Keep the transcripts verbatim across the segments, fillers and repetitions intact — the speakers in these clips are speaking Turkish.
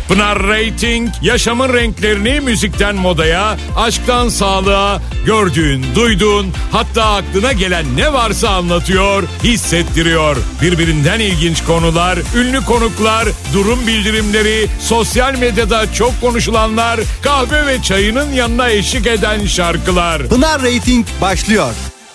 Pınar Rating, yaşamın renklerini müzikten modaya, aşktan sağlığa, gördüğün, duyduğun, hatta aklına gelen ne varsa anlatıyor, hissettiriyor. Birbirinden ilginç konular, ünlü konuklar, durum bildirimleri, sosyal medyada çok konuşulanlar, kahve ve çayının yanına eşlik eden şarkılar. Pınar Rating başlıyor.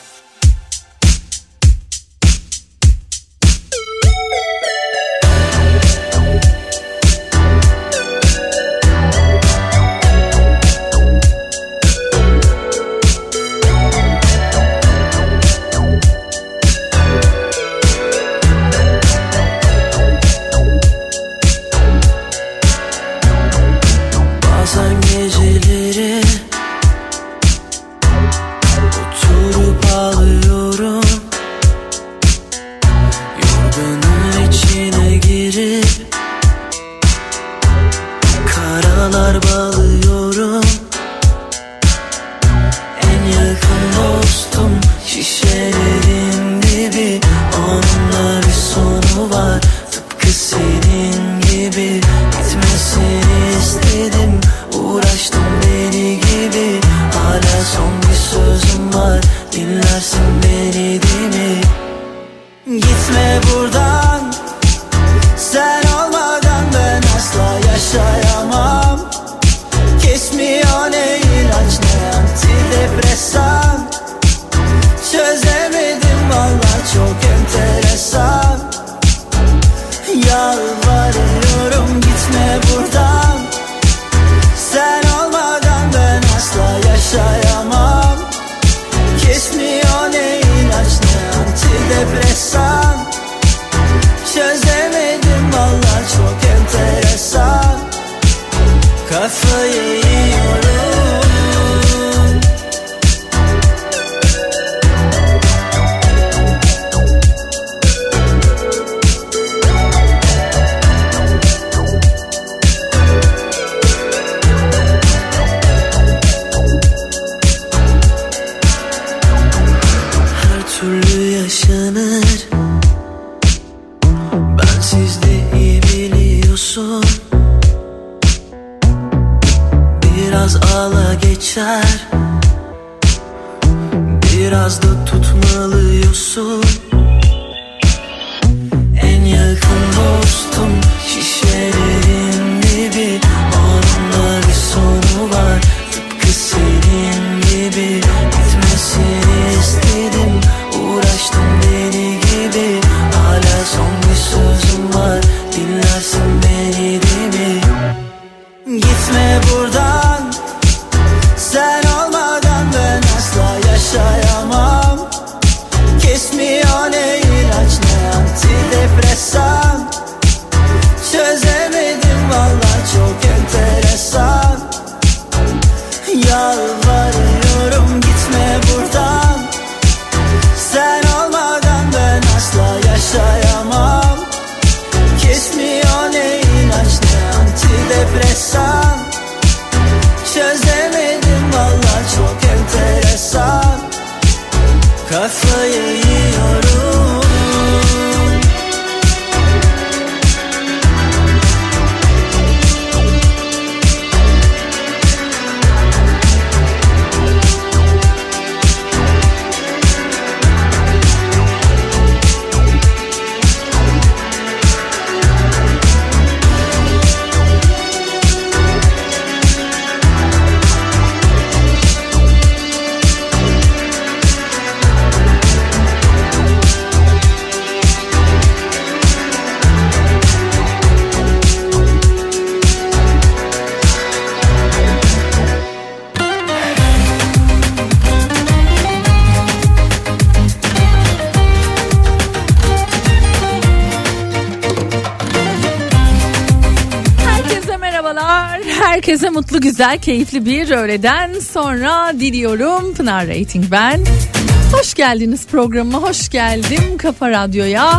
Herkese mutlu, güzel, keyifli bir öğleden sonra diliyorum. Pınar Rating ben. Hoş geldiniz programıma, hoş geldim Kafa Radyo'ya.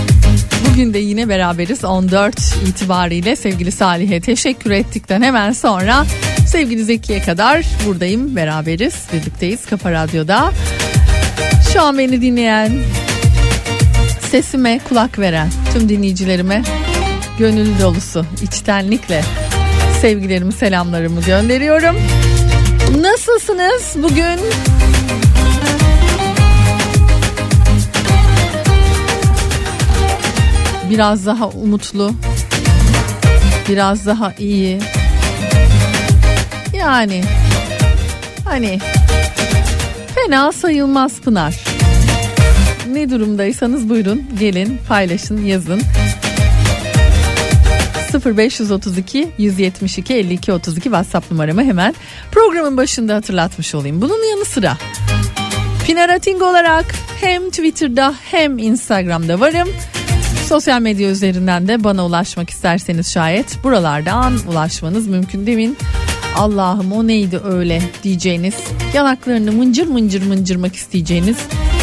Bugün de yine beraberiz on dört itibariyle. Sevgili Salih'e teşekkür ettikten hemen sonra sevgili Zeki'ye kadar buradayım, beraberiz, birlikteyiz Kafa Radyo'da. Şu an beni dinleyen, sesime kulak veren tüm dinleyicilerime gönül dolusu içtenlikle sevgilerimi, selamlarımı gönderiyorum. Nasılsınız bugün? Biraz daha umutlu, biraz daha iyi. Yani hani fena sayılmaz Pınar. Ne durumdaysanız buyurun gelin paylaşın, yazın. sıfır beş otuz iki yüz yetmiş iki elli iki otuz iki WhatsApp numaramı hemen programın başında hatırlatmış olayım. Bunun yanı sıra Pınar Ating olarak hem Twitter'da hem Instagram'da varım. Sosyal medya üzerinden de bana ulaşmak isterseniz şayet buralardan ulaşmanız mümkün değil mi? Allah'ım o neydi öyle diyeceğiniz, yanaklarını mıncır mıncır mıncırmak isteyeceğiniz,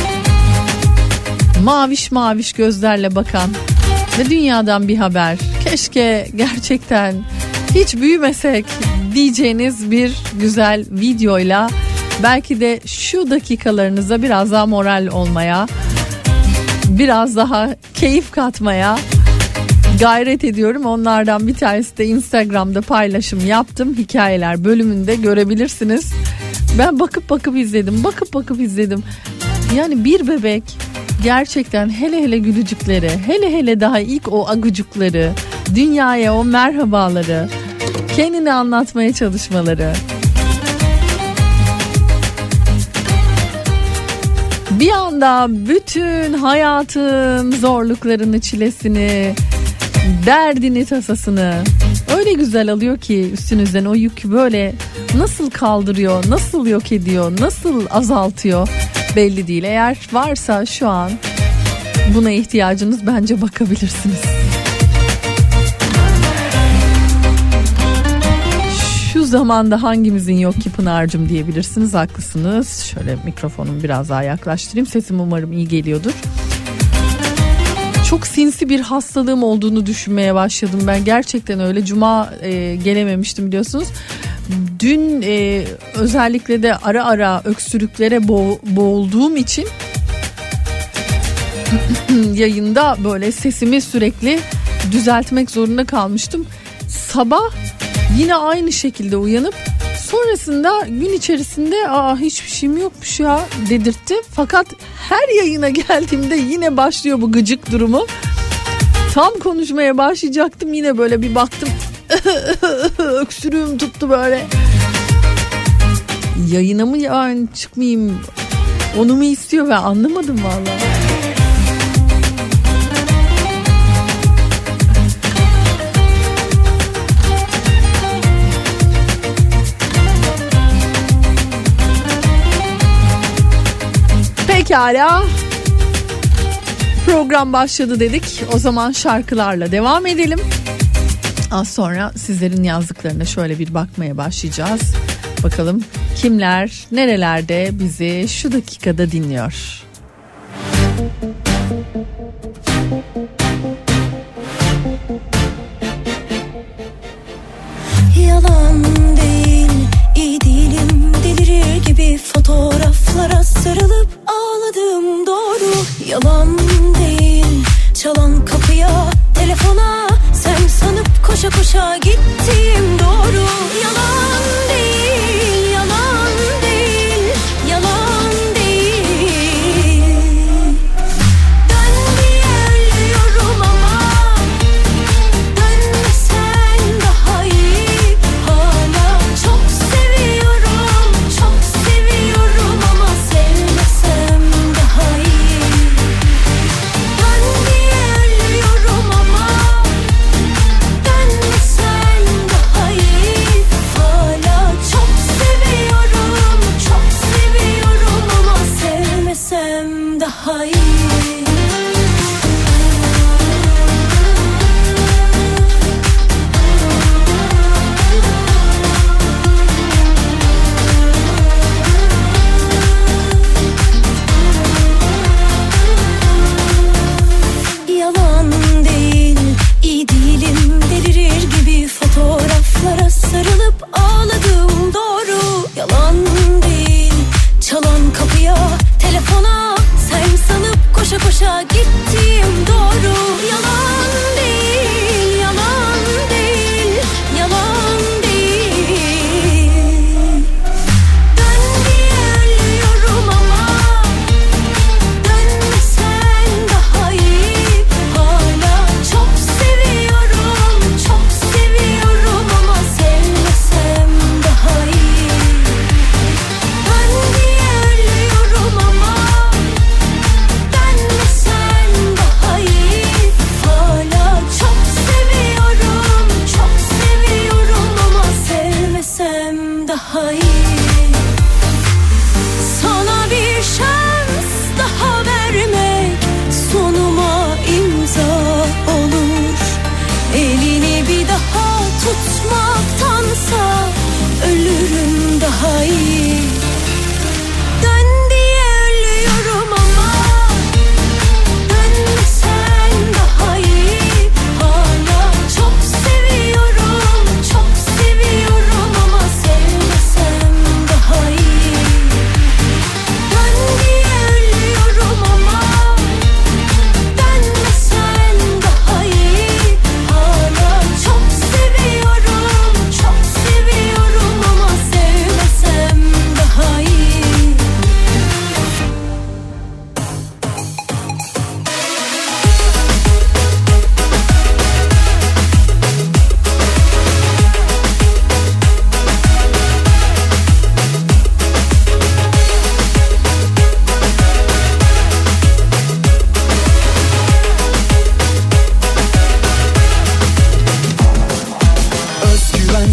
maviş maviş gözlerle bakan ve dünyadan bir haber, keşke gerçekten hiç büyümesek diyeceğiniz bir güzel videoyla belki de şu dakikalarınıza biraz daha moral olmaya, biraz daha keyif katmaya gayret ediyorum. Onlardan bir tanesi de Instagram'da paylaşım yaptım. Hikayeler bölümünde görebilirsiniz. Ben bakıp bakıp izledim. Bakıp bakıp izledim. Yani bir bebek gerçekten hele hele gülücükleri, hele hele daha ilk o agucukları, dünyaya o merhabaları, kendini anlatmaya çalışmaları. Bir anda bütün hayatın zorluklarını, çilesini, derdini, tasasını öyle güzel alıyor ki üstünüzden o yükü böyle nasıl kaldırıyor, nasıl yok ediyor, nasıl azaltıyor belli değil. Eğer varsa şu an buna ihtiyacınız, bence bakabilirsiniz. Şu zamanda hangimizin yok ki Pınar'cığım diyebilirsiniz, haklısınız. Şöyle mikrofonumu biraz daha yaklaştırayım, sesim umarım iyi geliyordur. Çok sinsi bir hastalığım olduğunu düşünmeye başladım ben, gerçekten öyle. Cuma e, gelememiştim biliyorsunuz. Dün e, özellikle de ara ara öksürüklere bo- boğulduğum için yayında böyle sesimi sürekli düzeltmek zorunda kalmıştım. Sabah yine aynı şekilde uyanıp sonrasında gün içerisinde aa hiçbir şeyim yokmuş ya dedirtti. Fakat her yayına geldiğimde yine başlıyor bu gıcık durumu. Tam konuşmaya başlayacaktım, yine böyle bir baktım öksürüğüm tuttu böyle. Yayına mı yani çıkmayayım, onu mu istiyor, ben anlamadım vallahi. Pekala, program başladı dedik, o zaman şarkılarla devam edelim. Az sonra sizlerin yazdıklarına şöyle bir bakmaya başlayacağız. Bakalım kimler nerelerde bizi şu dakikada dinliyor. Yalan değil, iyi değilim, delirir gibi fotoğraflara sarılıp ağladım doğru. Yalan değil, çalan kapıya, telefona sen sanıp koşa koşa gittim doğru. Yalan değil, yalan değil, yalan değil. Dön diye ölüyorum ama dönmesen daha iyi. Hala çok seviyorum, çok seviyorum ama sevmesem daha iyi. Dön diye ölüyorum ama dönmesen daha iyi.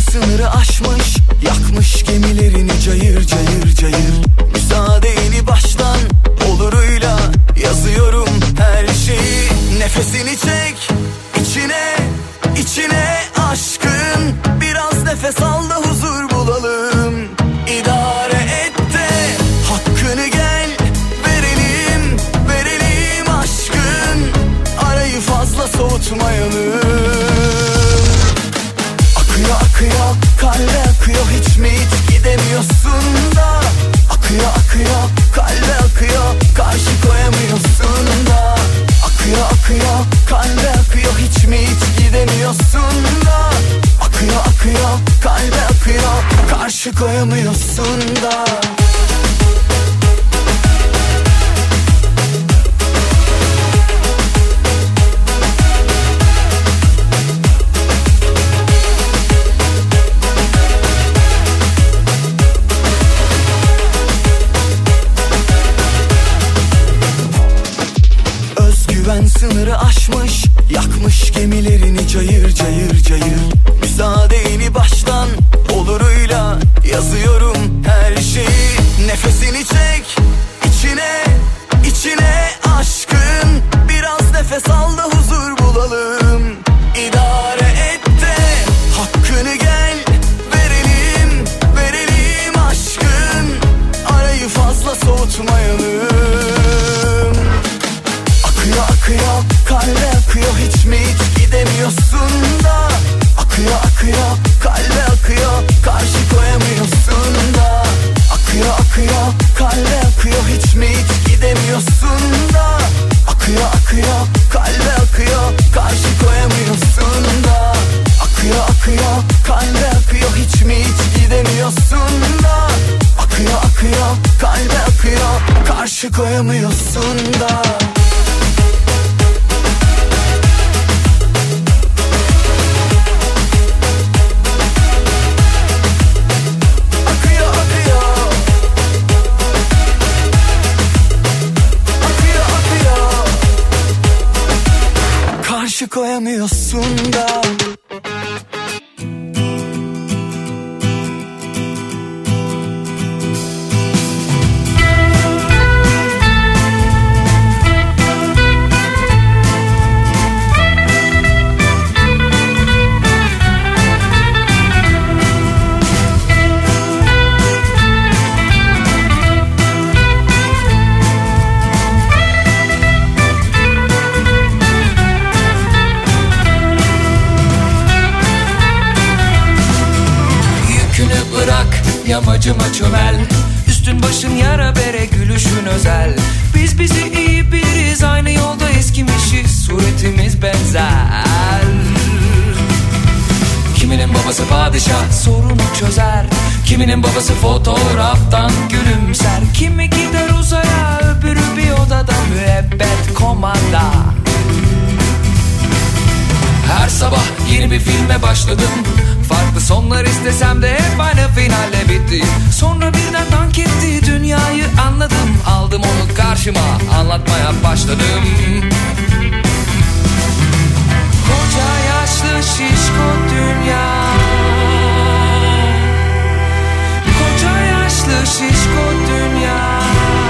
sınırı aşmış, yakmış gemilerini cayır cayır cayır. Müsaadeni baştan oluruyla yazıyorum her şeyi. Nefesini çek içine, içine aşkın. Biraz nefes al da huzur bulalım. İdare et de hakkını gel verelim, verelim aşkın. Arayı fazla soğutmayalım. Akıyor akıyor, kalbe akıyor, hiç mi hiç gidemiyorsun da. Akıyor akıyor, kalbe akıyor, karşı koyamıyorsun da. Akıyor akıyor, kalbe akıyor, hiç mi hiç gidemiyorsun da. Akıyor akıyor, kalbe akıyor, karşı koyamıyorsun da. Özgüven sınırı aşmış, yakmış gemilerini cayır cayır cayır. Müsaadeni baştan oluruyla yazıyorum her şeyi. Nefesini çek içine, içine aşkın. Biraz nefes al da huzur bulalım. İdare et de hakkını gel verelim, verelim aşkın. Arayı fazla soğutmayalım. Akıyor akıyor, kalbe akıyor, hiç mi hiç gidemiyorsun da. Akıyor akıyor, kalbe akıyor, karşı koyamıyorsun da. Akıyor akıyor, kalbe akıyor, hiç mi hiç gidemiyorsun da. Akıyor akıyor, kalbe akıyor, karşı koyamıyorsun da. Akıyor akıyor, kalbe akıyor, hiç mi hiç gidemiyorsun da. Akıyor akıyor, kalbe akıyor, karşı koyamıyorsun da. Karşı koyamıyorsun da. Yamacıma çömel, üstün başın yara bere, gülüşün özel. Biz bizi iyi biriz, aynı yolda eskimişiz, suretimiz benzer. Kiminin babası padişah, sorunu çözer. Kiminin babası fotoğraftan gülümser. Kimi gider uzaya, öbürü bir odada müebbet komanda. Her sabah yeni bir filme başladım. Farklı sonlar istesem de hep aynı finalle bitti. Sonra birden dank etti, dünyayı anladım. Aldım onu karşıma, anlatmaya başladım. Koca yaşlı şişko dünya. Koca yaşlı şişko dünya.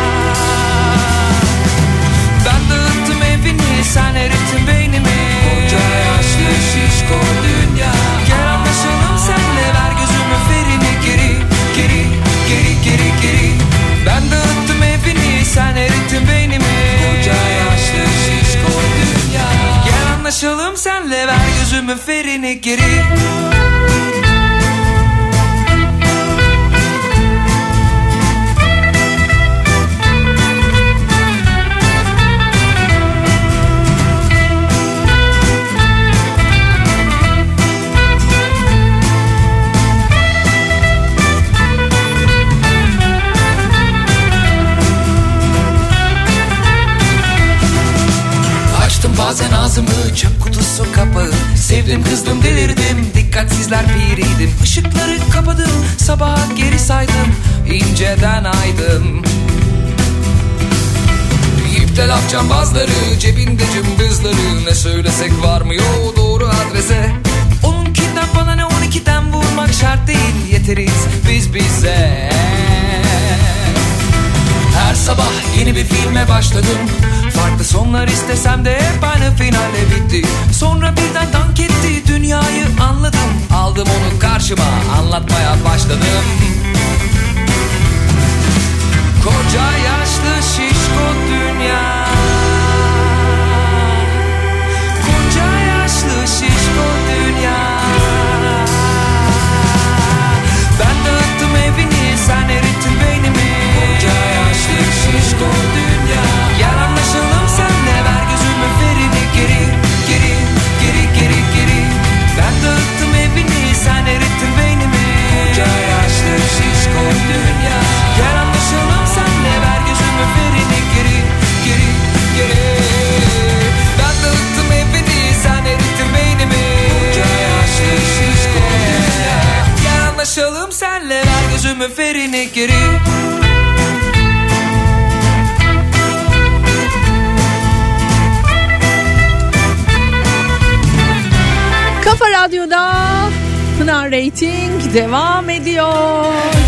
Ben dağıttım evini, sen erittin beynimi. Koca yaşlı şişko dünya. Gel anlaşalım senle, ver gözümü ferini geri. Geri, geri, geri, geri. Ben dağıttım evini, sen erittin beynimi. Koca yaşlı şişko dünya. Gel anlaşalım senle, ver gözümü ferini geri. Bazen ağzımı, çöp kutusu kapağı. Sevdim kızdım delirdim, dikkatsizler piriydim. Işıkları kapadım, sabaha geri saydım, inceden aydım. İpte laf cambazları, cebinde cımbızları. Ne söylesek varmıyor doğru adrese. Onunkinden bana ne, on ikiden vurmak sabah yeni bir filme başladım. Farklı sonlar istesem de hep aynı finalle bitti. Sonra birden dank etti, dünyayı anladım. Aldım onu karşıma, anlatmaya başladım. Koca yaşlı şişko dünya, koca yaşlı şişko dünya. Ben dağıttım evini, sen erittin beynimi. Koca yaşlı şişko dünya. Gel anlaşalım senle, ver gözümü ferini geri, geri, geri, geri, geri. Ben dağıttım evini, sen erittin beynimi. Koca yaşlı şişko dünya. Gel anlaşalım senle, ver gözümü ferini geri, geri, geri. Ben dağıttım evini, sen erittin beynimi. Koca yaşlı şişko dünya. Gel anlaşalım senle, ver gözümü ferini geri. Kafa Radyo'da Pınar Rating devam ediyor.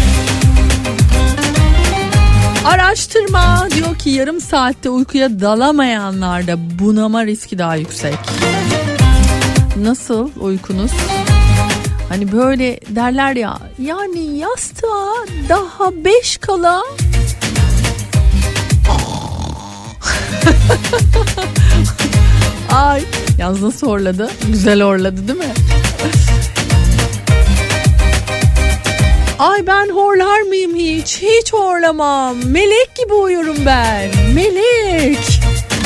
Araştırma diyor ki yarım saatte uykuya dalamayanlarda bunama riski daha yüksek. Nasıl uykunuz? Hani böyle derler ya, yani yastığa daha beş kala ay yalnız nasıl horladı? Güzel horladı değil mi? Ay ben horlar mıyım hiç? Hiç horlamam. Melek gibi uyurum ben. Melek.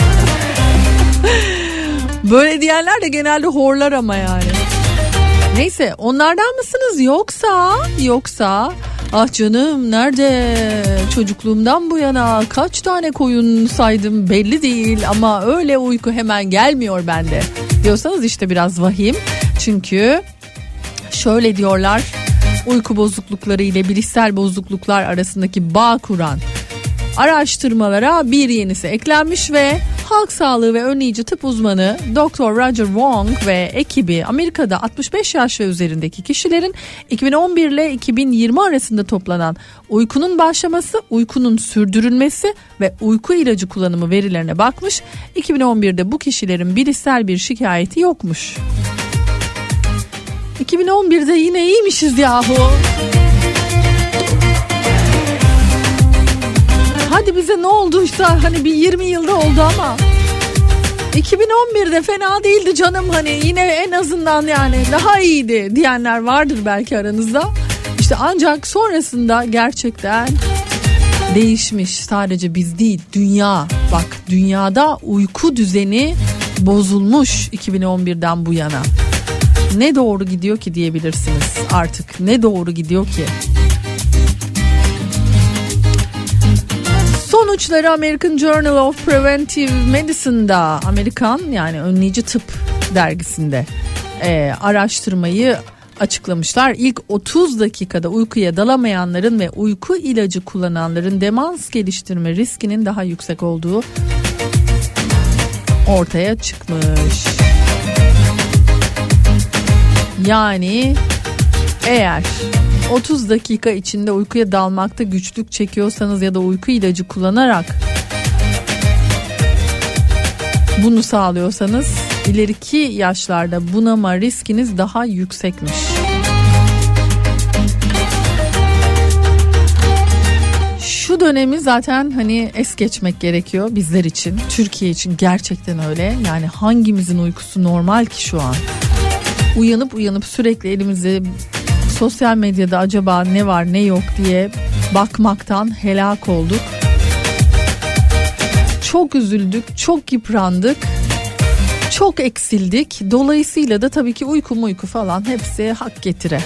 Böyle diyenler de genelde horlar ama yani. Neyse, onlardan mısınız yoksa yoksa ah canım nerede, çocukluğumdan bu yana kaç tane koyun saydım belli değil ama öyle uyku hemen gelmiyor bende diyorsanız işte biraz vahim. Çünkü şöyle diyorlar, uyku bozuklukları ile bilişsel bozukluklar arasındaki bağ kuran araştırmalara bir yenisi eklenmiş ve halk sağlığı ve önleyici tıp uzmanı doktor Roger Wong ve ekibi Amerika'da altmış beş yaş ve üzerindeki kişilerin iki bin on bir ile iki bin yirmi arasında toplanan uykunun başlaması, uykunun sürdürülmesi ve uyku ilacı kullanımı verilerine bakmış. iki bin on birde bu kişilerin bilişsel bir şikayeti yokmuş. iki bin on birde yine iyiymişiz yahu. Hadi bize ne olduysa hani bir yirmi yılda oldu ama iki bin on birde fena değildi canım, hani yine en azından yani daha iyiydi diyenler vardır belki aranızda. İşte ancak sonrasında gerçekten değişmiş, sadece biz değil dünya. Bak, dünyada uyku düzeni bozulmuş iki bin on birden bu yana. Ne doğru gidiyor ki diyebilirsiniz artık, ne doğru gidiyor ki? Sonuçları American Journal of Preventive Medicine'da, Amerikan yani önleyici tıp dergisinde e, araştırmayı açıklamışlar. İlk otuz dakikada uykuya dalamayanların ve uyku ilacı kullananların demans geliştirme riskinin daha yüksek olduğu ortaya çıkmış. Yani eğer otuz dakika içinde uykuya dalmakta güçlük çekiyorsanız ya da uyku ilacı kullanarak bunu sağlıyorsanız ileriki yaşlarda bunama riskiniz daha yüksekmiş. Şu dönemi zaten hani es geçmek gerekiyor bizler için, Türkiye için gerçekten öyle. Yani hangimizin uykusu normal ki şu an? Uyanıp uyanıp sürekli elimizi sosyal medyada acaba ne var ne yok diye bakmaktan helak olduk. Çok üzüldük, çok yıprandık, çok eksildik. Dolayısıyla da tabii ki uyku uyku falan hepsi hak getire.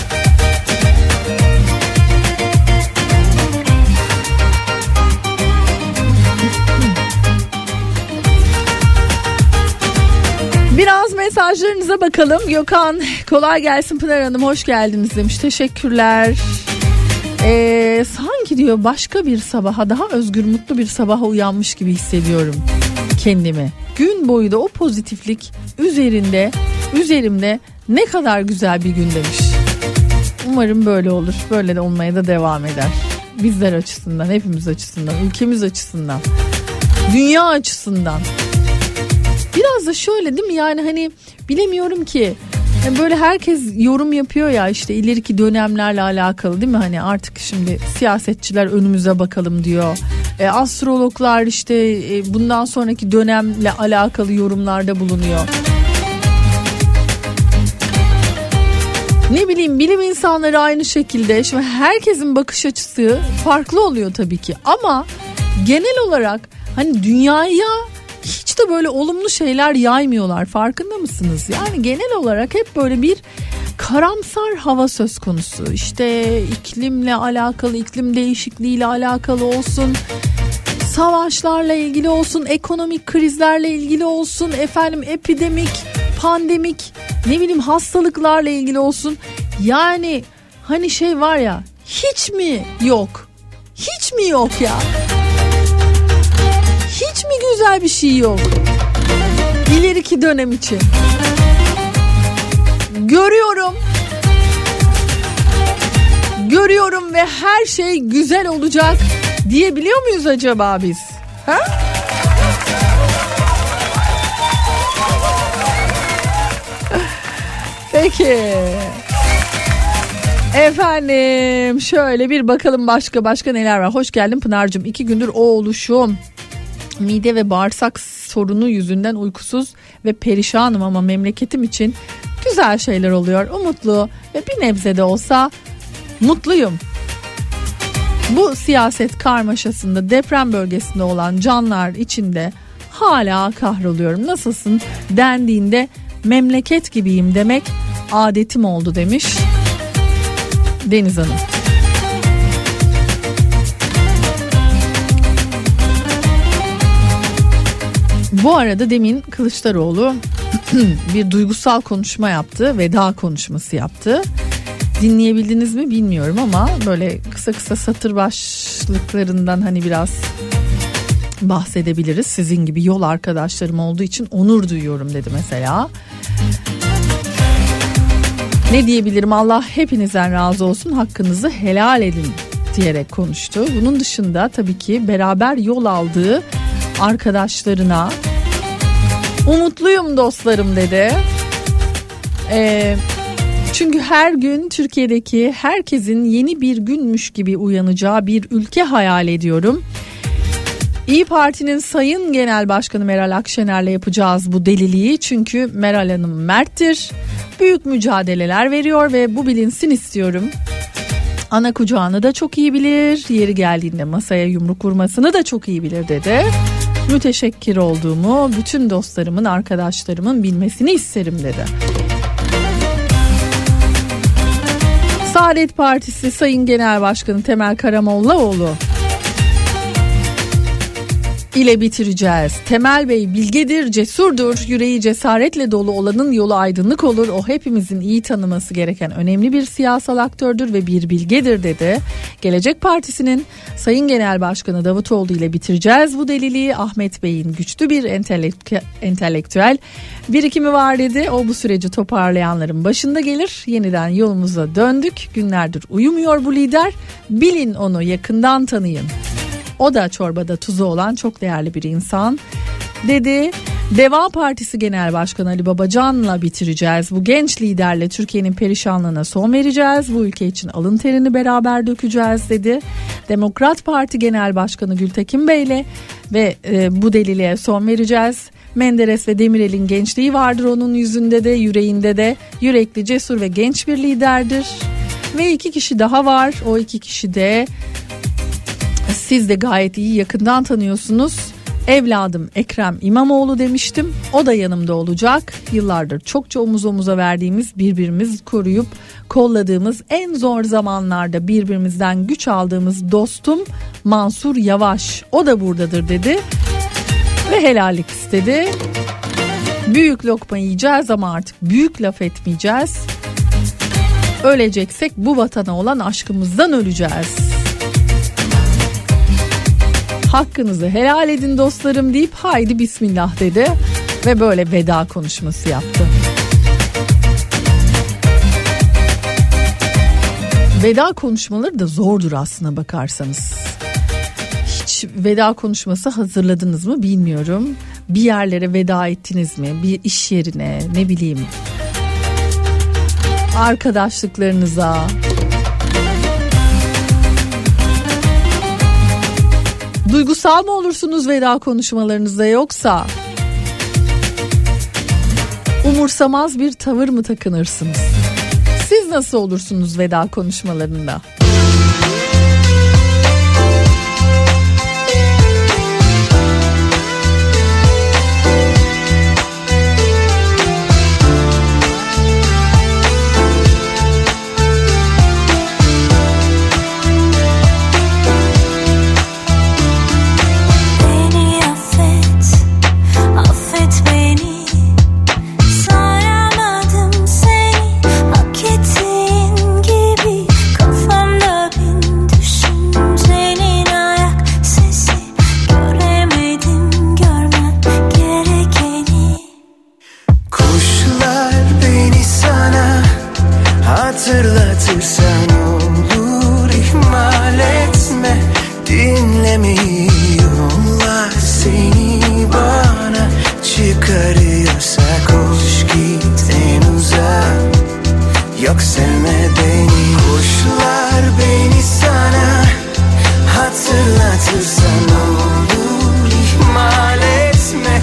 Biraz mesajlarınıza bakalım. Gökhan, kolay gelsin Pınar Hanım, hoş geldiniz demiş. Teşekkürler. Ee, sanki diyor başka bir sabaha, daha özgür, mutlu bir sabaha uyanmış gibi hissediyorum kendimi. Gün boyu da o pozitiflik üzerinde, üzerimde ne kadar güzel bir gün demiş. Umarım böyle olur. Böyle de olmaya da devam eder. bizler açısından, hepimiz açısından, ülkemiz açısından, dünya açısından. Biraz da şöyle değil mi, yani hani bilemiyorum ki, yani böyle herkes yorum yapıyor ya işte ileriki dönemlerle alakalı değil mi, hani artık şimdi siyasetçiler önümüze bakalım diyor, e, astrologlar işte e, bundan sonraki dönemle alakalı yorumlarda bulunuyor. Ne bileyim, bilim insanları aynı şekilde. Şimdi herkesin bakış açısı farklı oluyor tabii ki, ama genel olarak hani dünyaya hiç de böyle olumlu şeyler yaymıyorlar, farkında mısınız? Yani genel olarak hep böyle bir karamsar hava söz konusu. İşte iklimle alakalı, iklim değişikliğiyle alakalı olsun, savaşlarla ilgili olsun, ekonomik krizlerle ilgili olsun, efendim epidemik, pandemik, ne bileyim hastalıklarla ilgili olsun. Yani hani şey var ya, hiç mi yok? Hiç mi yok ya? Hiç mi güzel bir şey yok? İleriki dönem için. Görüyorum. Görüyorum ve her şey güzel olacak diyebiliyor muyuz acaba biz? Ha? Peki. Efendim şöyle bir bakalım başka başka neler var. Hoş geldin Pınar'cığım. İki gündür o oluşum, mide ve bağırsak sorunu yüzünden uykusuz ve perişanım ama memleketim için güzel şeyler oluyor. Umutlu ve bir nebze de olsa mutluyum. Bu siyaset karmaşasında deprem bölgesinde olan canlar içinde hala kahroluyorum. Nasılsın dendiğinde memleket gibiyim demek adetim oldu demiş Deniz Hanım. Bu arada demin Kılıçdaroğlu bir duygusal konuşma yaptı, veda konuşması yaptı. Dinleyebildiniz mi bilmiyorum ama böyle kısa kısa satır başlıklarından hani biraz bahsedebiliriz. Sizin gibi yol arkadaşlarım olduğu için onur duyuyorum dedi mesela. Ne diyebilirim, Allah hepinizden razı olsun, hakkınızı helal edin diyerek konuştu. Bunun dışında tabii ki beraber yol aldığı arkadaşlarına umutluyum dostlarım dedi. Ee, çünkü her gün Türkiye'deki herkesin yeni bir günmüş gibi uyanacağı bir ülke hayal ediyorum. İYİ Parti'nin Sayın Genel Başkanı Meral Akşener'le yapacağız bu deliliği. Çünkü Meral Hanım merttir. Büyük mücadeleler veriyor ve bu bilinsin istiyorum. Ana kucağını da çok iyi bilir. Yeri geldiğinde masaya yumruk vurmasını da çok iyi bilir dedi. Müteşekkir olduğumu bütün dostlarımın, arkadaşlarımın bilmesini isterim dedi. Saadet Partisi Sayın Genel Başkanı Temel Karamollaoğlu ile bitireceğiz. Temel Bey bilgedir, cesurdur, yüreği cesaretle dolu olanın yolu aydınlık olur. O hepimizin iyi tanıması gereken önemli bir siyasal aktördür ve bir bilgedir dedi. Gelecek Partisi'nin Sayın Genel Başkanı Davutoğlu ile bitireceğiz bu deliliği. Ahmet Bey'in güçlü bir entelektü- entelektüel birikimi var dedi. O bu süreci toparlayanların başında gelir. Yeniden yolumuza döndük. Günlerdir uyumuyor bu lider. Bilin onu, yakından tanıyın. O da çorbada tuzu olan çok değerli bir insan dedi. Deva Partisi Genel Başkanı Ali Babacan'la bitireceğiz. Bu genç liderle Türkiye'nin perişanlığına son vereceğiz. Bu ülke için alın terini beraber dökeceğiz dedi. Demokrat Parti Genel Başkanı Gültekin Bey'le ve e, bu deliliğe son vereceğiz. Menderes ve Demirel'in gençliği vardır onun yüzünde de, yüreğinde de. Yürekli, cesur ve genç bir liderdir. Ve iki kişi daha var. O iki kişi de siz de gayet iyi yakından tanıyorsunuz. Evladım Ekrem İmamoğlu demiştim. O da yanımda olacak. Yıllardır çokça omuz omuza verdiğimiz, birbirimizi koruyup kolladığımız, en zor zamanlarda birbirimizden güç aldığımız dostum Mansur Yavaş. O da buradadır dedi. Ve helallik istedi. Büyük lokma yiyeceğiz ama artık büyük laf etmeyeceğiz. Öleceksek bu vatana olan aşkımızdan öleceğiz. Hakkınızı helal edin dostlarım deyip haydi bismillah dedi ve böyle veda konuşması yaptı. Veda konuşmaları da zordur aslına bakarsanız. Hiç veda konuşması hazırladınız mı bilmiyorum. Bir yerlere veda ettiniz mi? Bir iş yerine, ne bileyim, arkadaşlıklarınıza. Duygusal mı olursunuz veda konuşmalarınızda, yoksa umursamaz bir tavır mı takınırsınız? Siz nasıl olursunuz veda konuşmalarında? Hatırlatırsan olur, ihmal etme. Dinlemiyorlar seni, bana çıkarıyorsa koş git en uzak. Yok sevme beni, kuşlar beni sana. Hatırlatırsan olur, ihmal etme.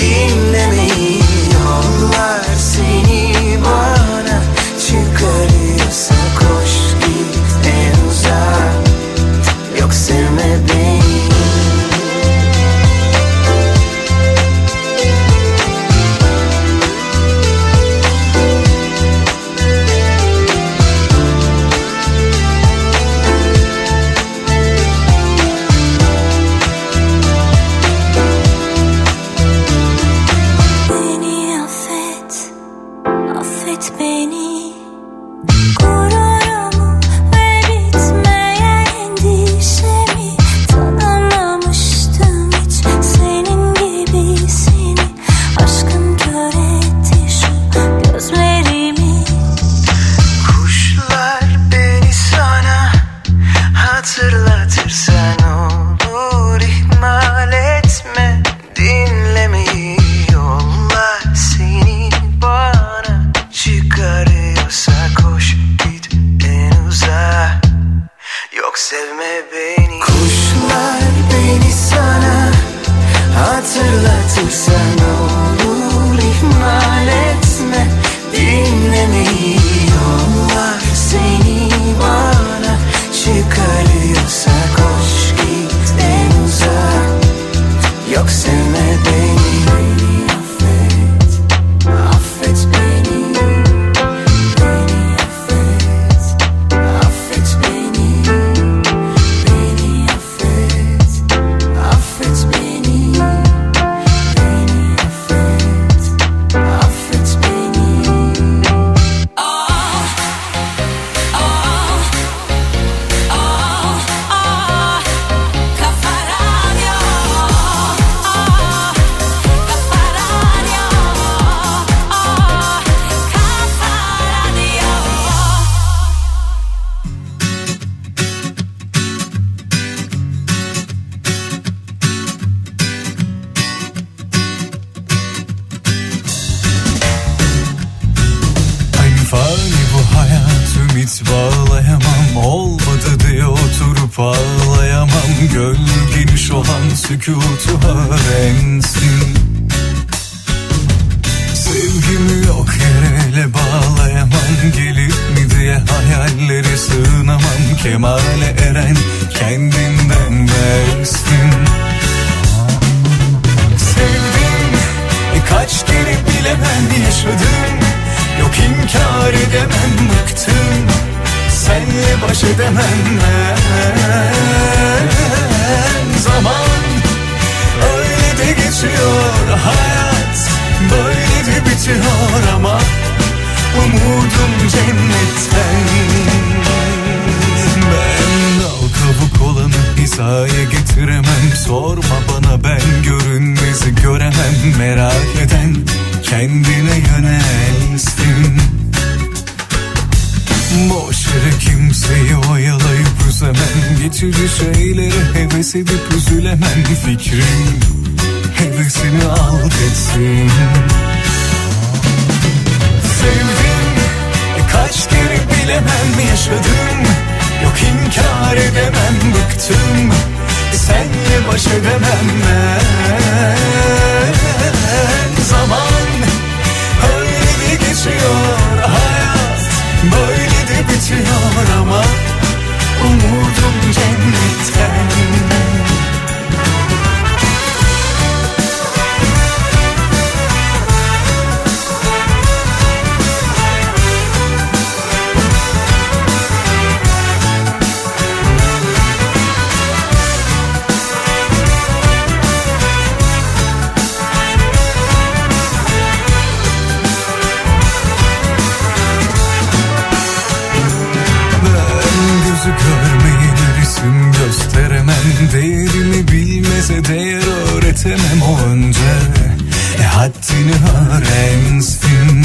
Dinlemiyorlar seni, bana çıkarıyorsa koş git en uzak. Yok sevme beni. Sükutu öğrensin. Sevgimi yok yere bağlayamam. Gelip mi diye hayallere sığınamam. Kemale eren kendinden versin. Sevdim kaç kere bilemem, yaşadım. Yok inkar edemem, bıktım. Senle baş edemem ben. Zaman öyle de geçiyor, hayat böyle de bitiyor ama umudum cennetten. Ben dal kabuk olanı hizaya getiremem. Sorma bana, ben görünmezi göremem. Merak eden kendine yönelsin. Boş yere kimseyi oyalayıp üzemem. Geçici şeylere heves edip üzülemem. Fikrim hevesini al geçsin. Sevdim kaç kere bilemem, yaşadım yok inkar edemem. Bıktım senle baş edemem ben. Zaman öyle bir geçiyor, hayat böyle de bitiyor ama umudum cennetten. Görmeyi resim gösteremem. Değerimi bilmese değer öğretemem o önce. E haddini öğrensin.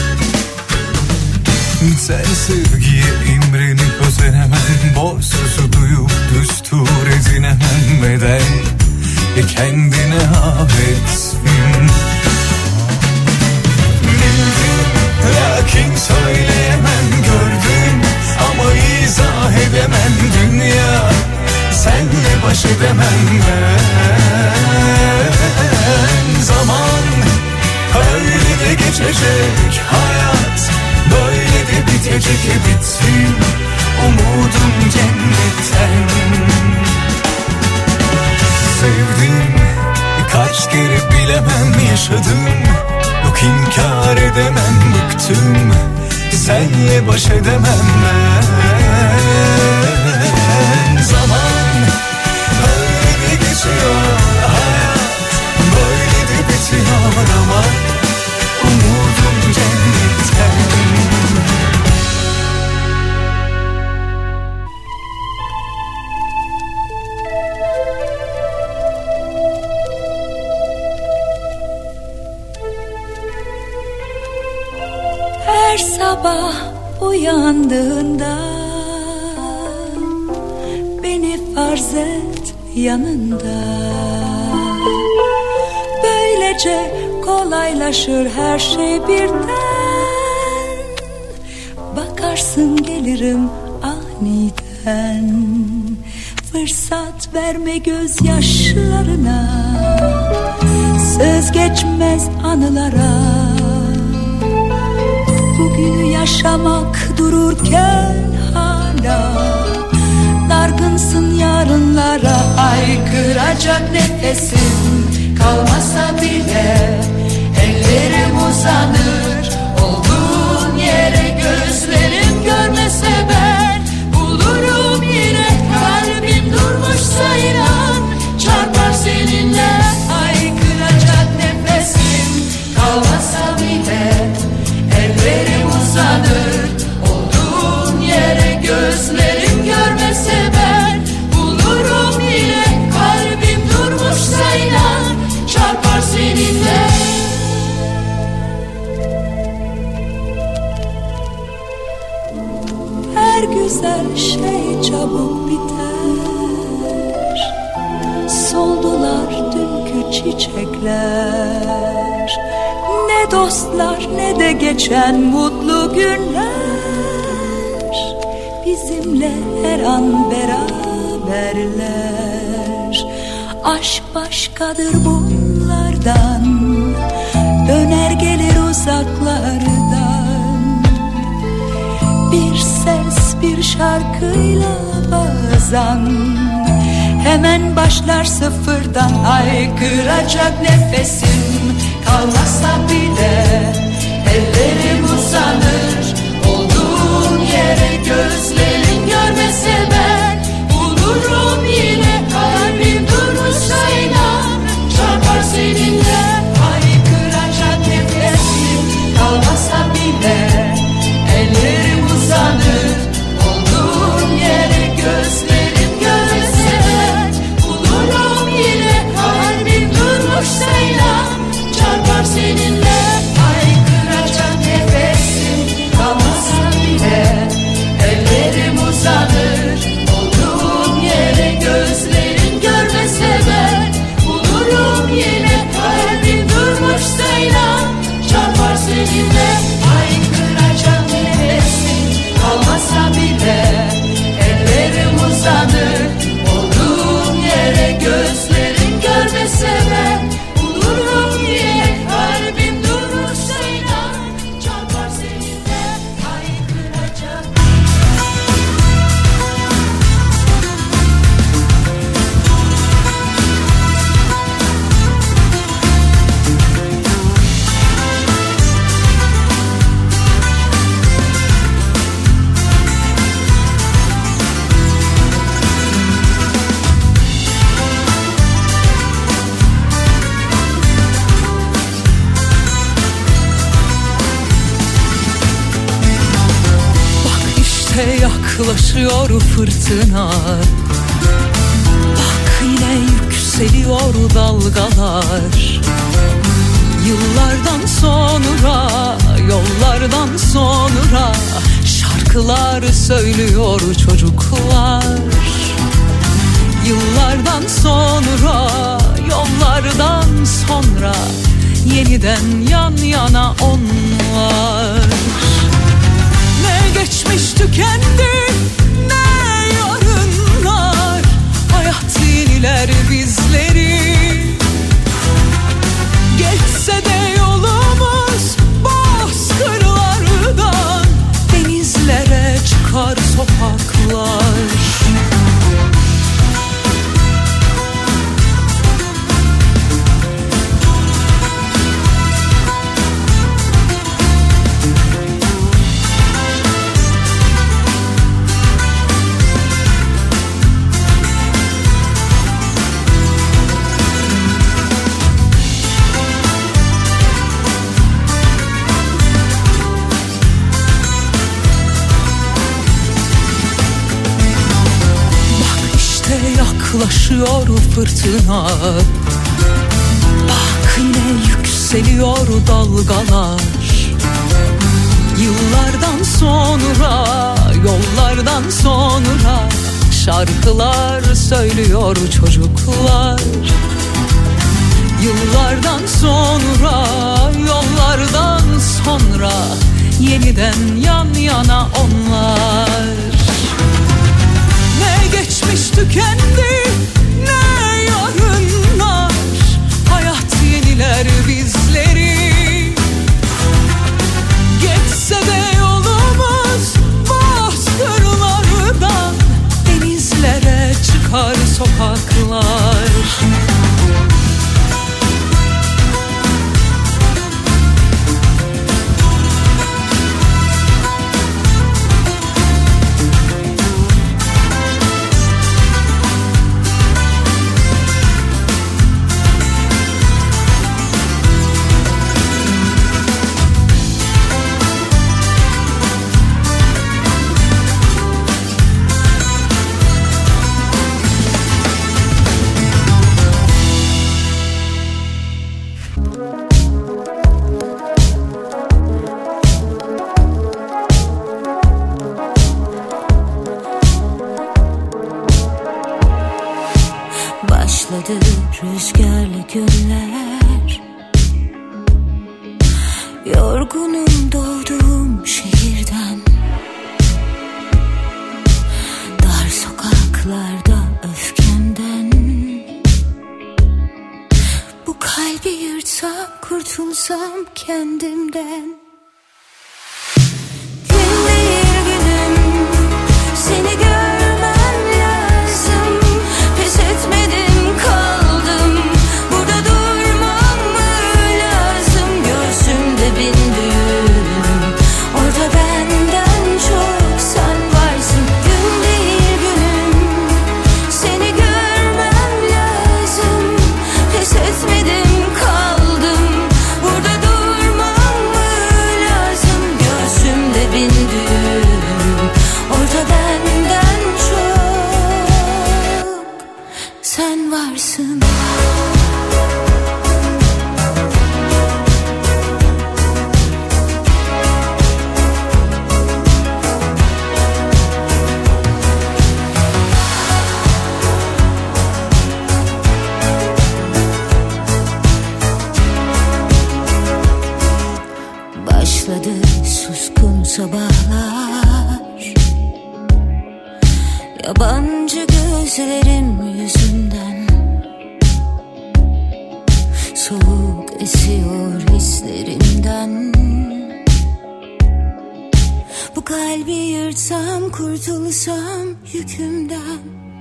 Sen sevgiye imrenip özenemem. Boş sözü duyup düstur edinemem. Beden e kendine affetsin. Bildim lakin söyleyemem. Gördüm ama izah edemem. Dünya senle baş edemem ben. Zaman öyle de geçecek, hayat böyle de bitecek. Bitsin umudum cennetten. Sevdim kaç kere bilemem, yaşadım yok inkar edemem. Bıktım senle baş edemem ben. Zaman öyle bir geçiyor, hayat böyle de bitiyor ama umudum cennetten. Her sabah uyandığında beni farz et yanında. Böylece kolaylaşır her şey birden. Bakarsın gelirim aniden. Fırsat verme gözyaşlarına. Söz geçmez anılara. Bugünü yaşamak dururken hala dargınsın yarınlara. Haykıracak nefesim kalmasa bile ellerim uzanır. Olduğun yere gözlerim görmese ben bulurum yine. Kalbim durmuşsa inan çarpar seninle. Haykıracak nefesim kalmasa bile ellerim uzanır. Olduğun yere gözlerim görmese ben bulurum yine. Kalbim durmuşsa inan çarpar seninle. Her güzel şey çabuk biter. Soldular dünkü çiçekler. Ne dostlar ne de geçen mutlu günler. Bizimle her an beraberler. Aşk başkadır bunlardan. Döner gelir uzaklardan. Bir ses bir şarkıyla bazen hemen başlar sıfırdan. Haykıracak nefesim kalmasa bile ellerim uzanır. Olduğun yere gözlerim görmese ben bulurum yine. Kalbim durmuşsa inan çarpar seninle. Haykıracak nefesim kalmasa bile ellerim uzanır. Olduğun yere gözlerim görmese ben bulurum yine. Kalbim durmuşsa inan çarpar seninle. Haykıracak nefesim İşte yaklaşıyor fırtına. Bak yine yükseliyor dalgalar. Yıllardan sonra, yollardan sonra şarkılar söylüyor çocuklar. Yıllardan sonra, yollardan sonra yeniden yan yana onlar. Ne geçmiş tükendi, ne yarınlar. Hayat yeniler bizleri. Geçse de yolumuz bozkırlardan, denizlere çıkar sokaklar. Yaklaşıyor fırtına. Bak yine yükseliyor dalgalar. Yıllardan sonra, yollardan sonra şarkılar söylüyor çocuklar. Yıllardan sonra, yollardan sonra yeniden yan yana onlar. Ne geçmiş tükendi, ne yarınlar. Hayat yeniler bizleri. Geçse de yolumuz bozkırlardan, denizlere çıkar sokaklar. Rüzgarlı günler, yorgunum doğduğum şehirden. Dar sokaklarda öfkemden. Bu kalbi yırtsam, kurtulsam kendimden. Gün değil günüm, seni görmem lazım. Pes etmedim, kaldım. Burada durmam mı lazım? Göğsümde bin düğüm, orada benden çok sen varsın. Gün değil günüm, seni görmem lazım. Pes etmedim, kaldım. Burada durmam mı lazım? Göğsümde bin düğüm, orada benden çok sen varsın. Başladı suskun sabahlar, yabancı gözlerim yüzünden. Soğuk esiyor hislerimden. Bu kalbi yırtsam, kurtulsam yükümden.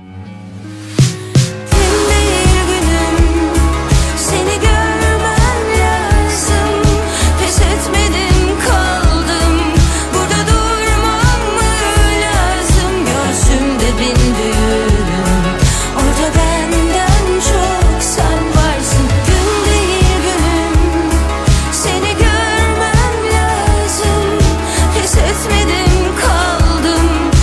Gün değil günüm, seni görmem lazım. Pes etmedim, kaldım. Burada durmam mı lazım? Göğsümde bin düğüm, orada benden çok sen varsın. Gün değil günüm, seni görmem lazım. Pes etmedim, kaldım.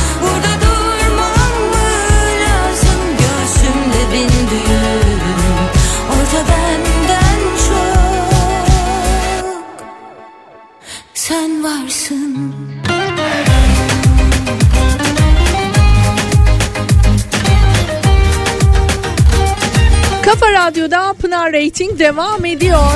Kafa Radyo'da Pınar Rating devam ediyor.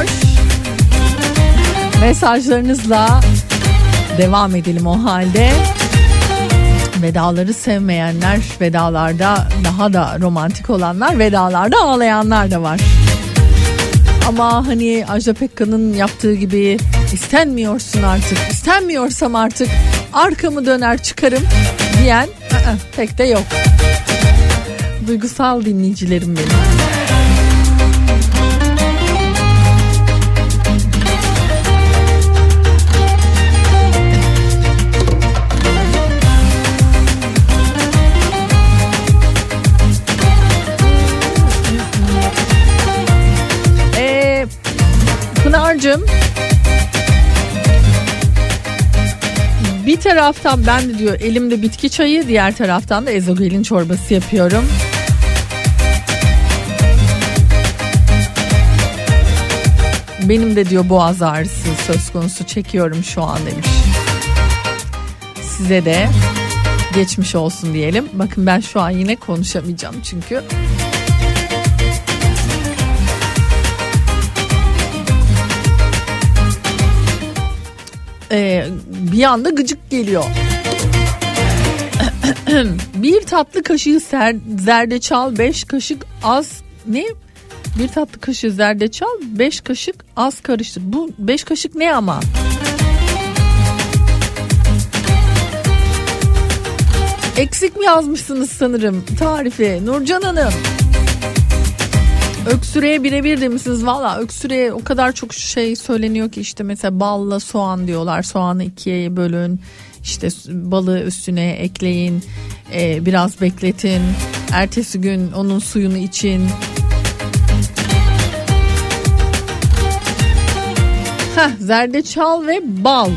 Mesajlarınızla devam edelim o halde. Vedaları sevmeyenler, vedalarda daha da romantik olanlar, vedalarda ağlayanlar da var. Ama hani Ajda Pekkan'ın yaptığı gibi istenmiyorsun artık, istenmiyorsam artık arkamı döner çıkarım diyen ı-ı, pek de yok. Duygusal dinleyicilerim benim. Ee, Pınar'cığım, bir taraftan ben de diyor elimde bitki çayı, diğer taraftan da ezogelin çorbası yapıyorum. Benim de diyor boğaz ağrısı söz konusu, çekiyorum şu an demiş. Size de geçmiş olsun diyelim. Bakın ben şu an yine konuşamayacağım çünkü. Ee, bir anda gıcık geliyor. Bir tatlı kaşığı ser- zerdeçal, beş kaşık az ne? Bir tatlı kaşığı zerdeçal, beş kaşık az karıştır. Bu beş kaşık ne ama? Eksik mi yazmışsınız sanırım tarifi Nurcan Hanım? Öksürüğe birebir demişsiniz. Valla öksürüğe o kadar çok şey söyleniyor ki, işte mesela balla soğan diyorlar. Soğanı ikiye bölün, işte balı üstüne ekleyin, e, biraz bekletin, ertesi gün onun suyunu için. Heh, zerdeçal ve bal.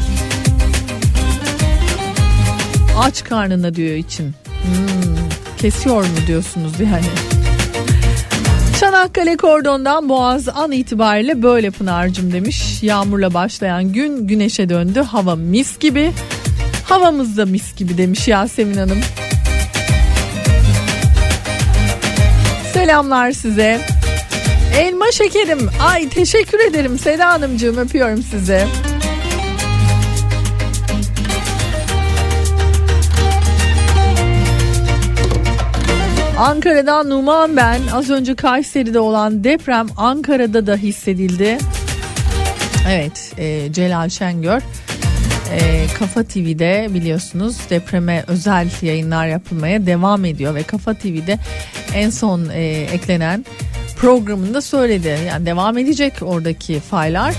Aç karnına diyor için. Hmm, kesiyor mu diyorsunuz yani? Çanakkale Kordon'dan Boğaz an itibariyle böyle Pınar'cığım demiş. Yağmurla başlayan gün güneşe döndü. Hava mis gibi. Havamız da mis gibi demiş Yasemin Hanım. Selamlar size. Elma şekerim. Ay teşekkür ederim Seda Hanımcığım, öpüyorum sizi. Ankara'dan Numan ben. Az önce Kayseri'de olan deprem Ankara'da da hissedildi. Evet, e, Celal Şengör e, Kafa T V'de biliyorsunuz depreme özel yayınlar yapılmaya devam ediyor ve Kafa T V'de en son e, eklenen programında söyledi. Yani devam edecek oradaki faylar.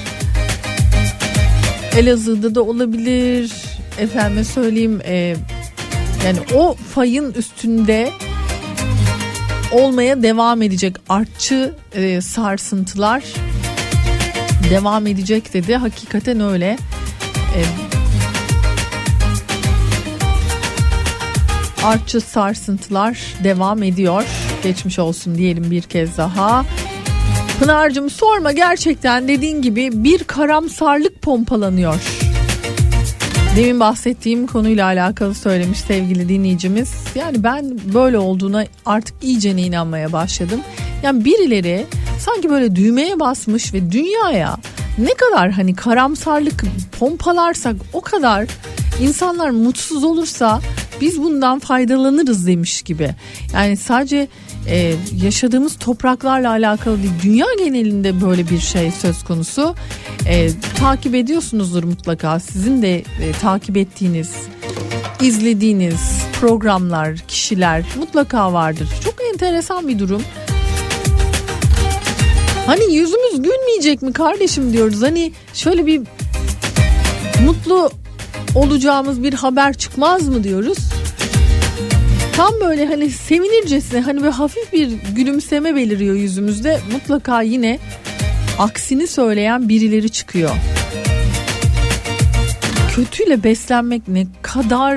Elazığ'da da olabilir. Efendime söyleyeyim, e, yani o fayın üstünde olmaya devam edecek artçı e, sarsıntılar devam edecek dedi. Hakikaten öyle. E, artçı sarsıntılar devam ediyor. Geçmiş olsun diyelim bir kez daha. Pınar'cığım sorma, gerçekten dediğin gibi bir karamsarlık pompalanıyor. Demin bahsettiğim konuyla alakalı söylemiş sevgili dinleyicimiz. Yani ben böyle olduğuna artık iyicene inanmaya başladım. Yani birileri sanki böyle düğmeye basmış ve dünyaya ne kadar hani karamsarlık pompalarsak o kadar insanlar mutsuz olursa biz bundan faydalanırız demiş gibi. Yani sadece e, yaşadığımız topraklarla alakalı değil, dünya genelinde böyle bir şey söz konusu. E, takip ediyorsunuzdur mutlaka. Sizin de e, takip ettiğiniz, izlediğiniz programlar, kişiler mutlaka vardır. Çok enteresan bir durum. Hani yüzümüz gülmeyecek mi kardeşim diyoruz. Hani şöyle bir mutlu olacağımız bir haber çıkmaz mı diyoruz. Tam böyle hani sevinircesine, hani böyle hafif bir gülümseme beliriyor yüzümüzde. Mutlaka yine aksini söyleyen birileri çıkıyor. Kötüyle beslenmek ne kadar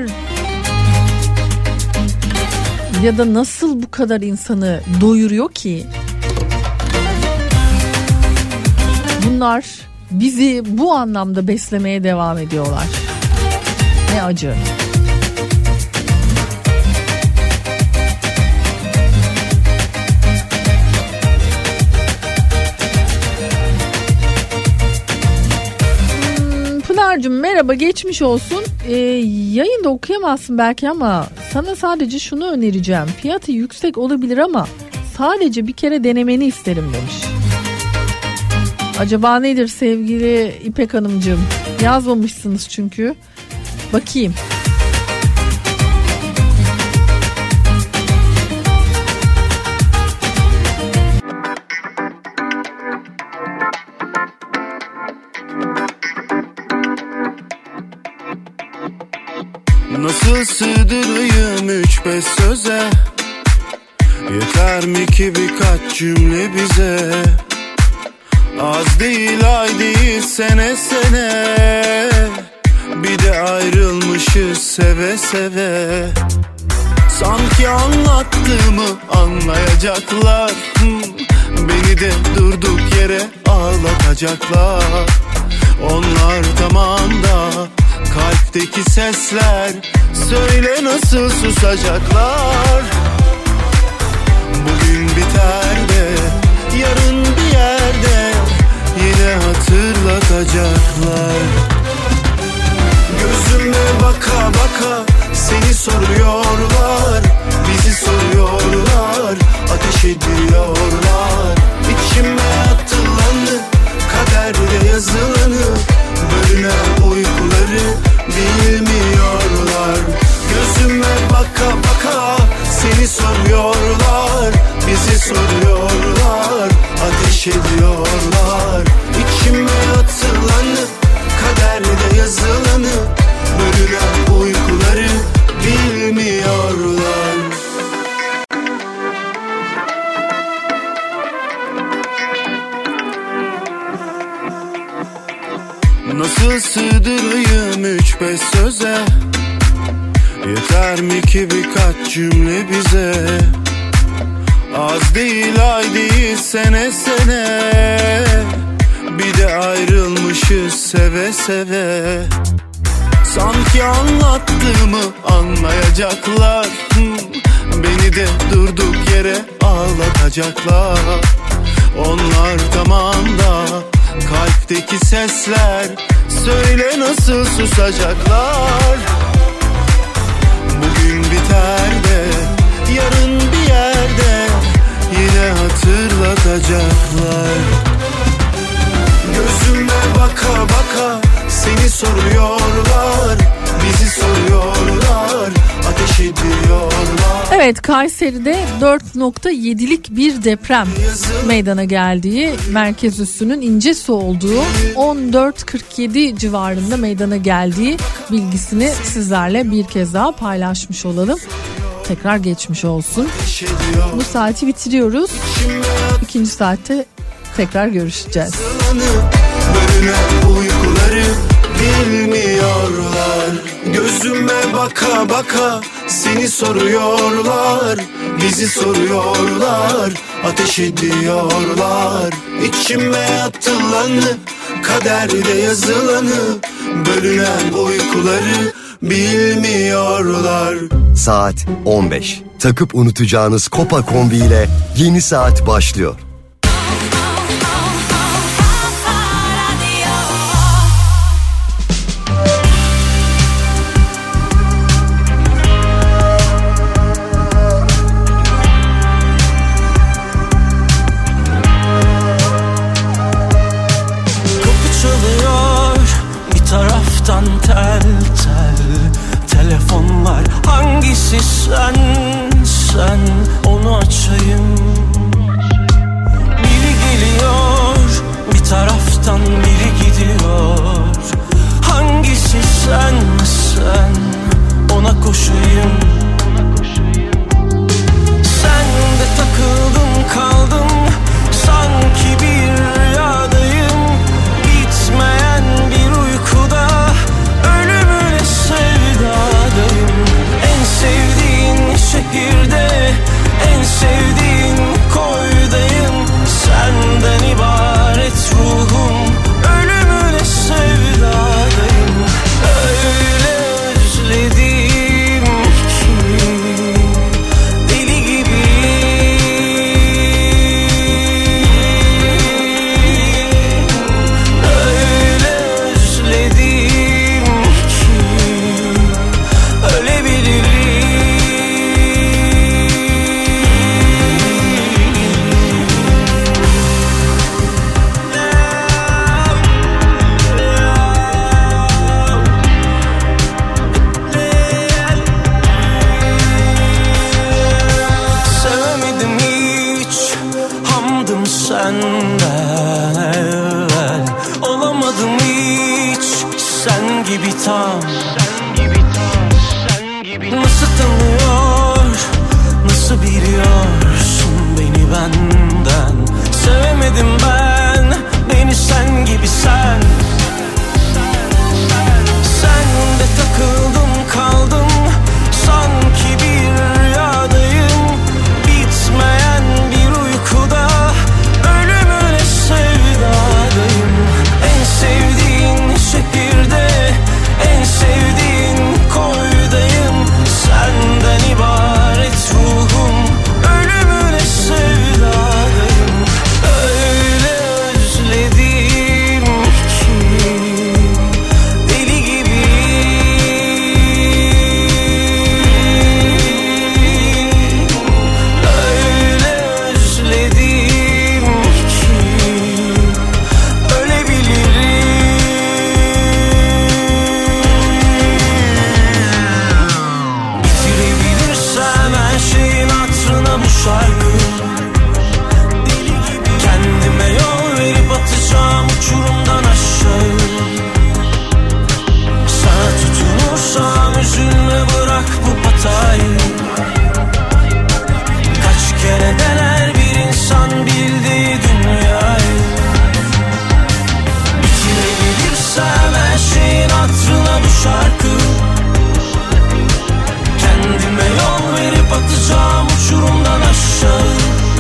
ya da nasıl bu kadar insanı doyuruyor ki? Bunlar bizi bu anlamda beslemeye devam ediyorlar. Ne acı. Merhaba, geçmiş olsun. Ee, yayında okuyamazsın belki ama sana sadece şunu önereceğim. Fiyatı yüksek olabilir ama sadece bir kere denemeni isterim demiş. Acaba nedir sevgili İpek Hanımcığım? Yazmamışsınız çünkü. Bakayım. Nasıl sığdırayım üç beş söze? Yeter mi ki birkaç cümle bize? Az değil ay değil sene sene, bir de ayrılmışız seve seve. Sanki anlattığımı anlayacaklar, hmm. Beni de durduk yere ağlatacaklar. Onlar tamam da kalpteki sesler, söyle nasıl susacaklar? Bugün biter de yarın bir yerde yine hatırlatacaklar. Gözüme baka baka seni soruyorlar, bizi soruyorlar, ateş ediyorlar. İçime atılanı, kaderde yazılanı, bölünen uykuları bilmiyorlar. Gözüme baka baka seni soruyorlar, bizi soruyorlar, ateş ediyorlar. İçime atılanı, kaderde yazılanı, bölünen uykuları bilmiyorlar. Nasıl sığdırayım üç beş söze? Yeter mi ki birkaç cümle bize? Az değil ay değil sene sene, bir de ayrılmışız seve seve. Sanki anlattığımı anlayacaklar, hmm. Beni de durduk yere ağlatacaklar. Onlar tamam da kalpteki sesler, söyle nasıl susacaklar? Bugün biter de yarın bir yerde yine hatırlatacaklar. Gözüme baka baka seni soruyorlar, bizi soruyorlar, ateş ediyorlar. Evet, Kayseri'de dört nokta yedilik bir deprem meydana geldiği, merkez üssünün İncesu olduğu, on dört kırk yedi civarında meydana geldiği bilgisini sizlerle bir kez daha paylaşmış olalım. Tekrar geçmiş olsun. Bu saati bitiriyoruz. İkinci saatte tekrar görüşeceğiz. Bölünen uykuları bilmiyorlar. Gözüme baka baka seni soruyorlar, bizi soruyorlar, ateş ediyorlar. İçime atılanı, kaderde yazılanı, bölünen uykuları bilmiyorlar. Saat on beş. Takıp unutacağınız Kopa Kombi ile yeni saat başlıyor. Tel tel telefonlar, hangisi sen sen onu açayım. Biri geliyor bir taraftan, biri gidiyor. Hangisi sen sen ona koşayım. Sen de takıldım kaldım, sanki bir rüyadayım. Bitmeyen bir uykuda, sevdadayım. En sevdiğin anlıyor? Nasıl biliyorsun beni benden? Sevemedim ben beni sen gibi sen. Sen de takıldım kaldım sanki bir rüyadayım. Bitmeyen bir uykuda ölümüne sevdadayım. En sevdiğin şehirde en sevdiğin koydayım. Senden ibaret ruhum ölümüne sevdadayım. Öyle özledim ki deli gibi. Öyle özledim ki ölebilirim. Bitirebilirsem her şeyin hatırına bu şarkı. Kendime yol verip atacağım uçurumdan aşağı. Sana tutunursam üzülme, bırak bu hatayı. Kaç kere dener bir insan bildiği dünyayı. Bitirebilirsem her şeyin hatırına bu şarkı. Kendime yol verip atacağım uçurumdan aşağı.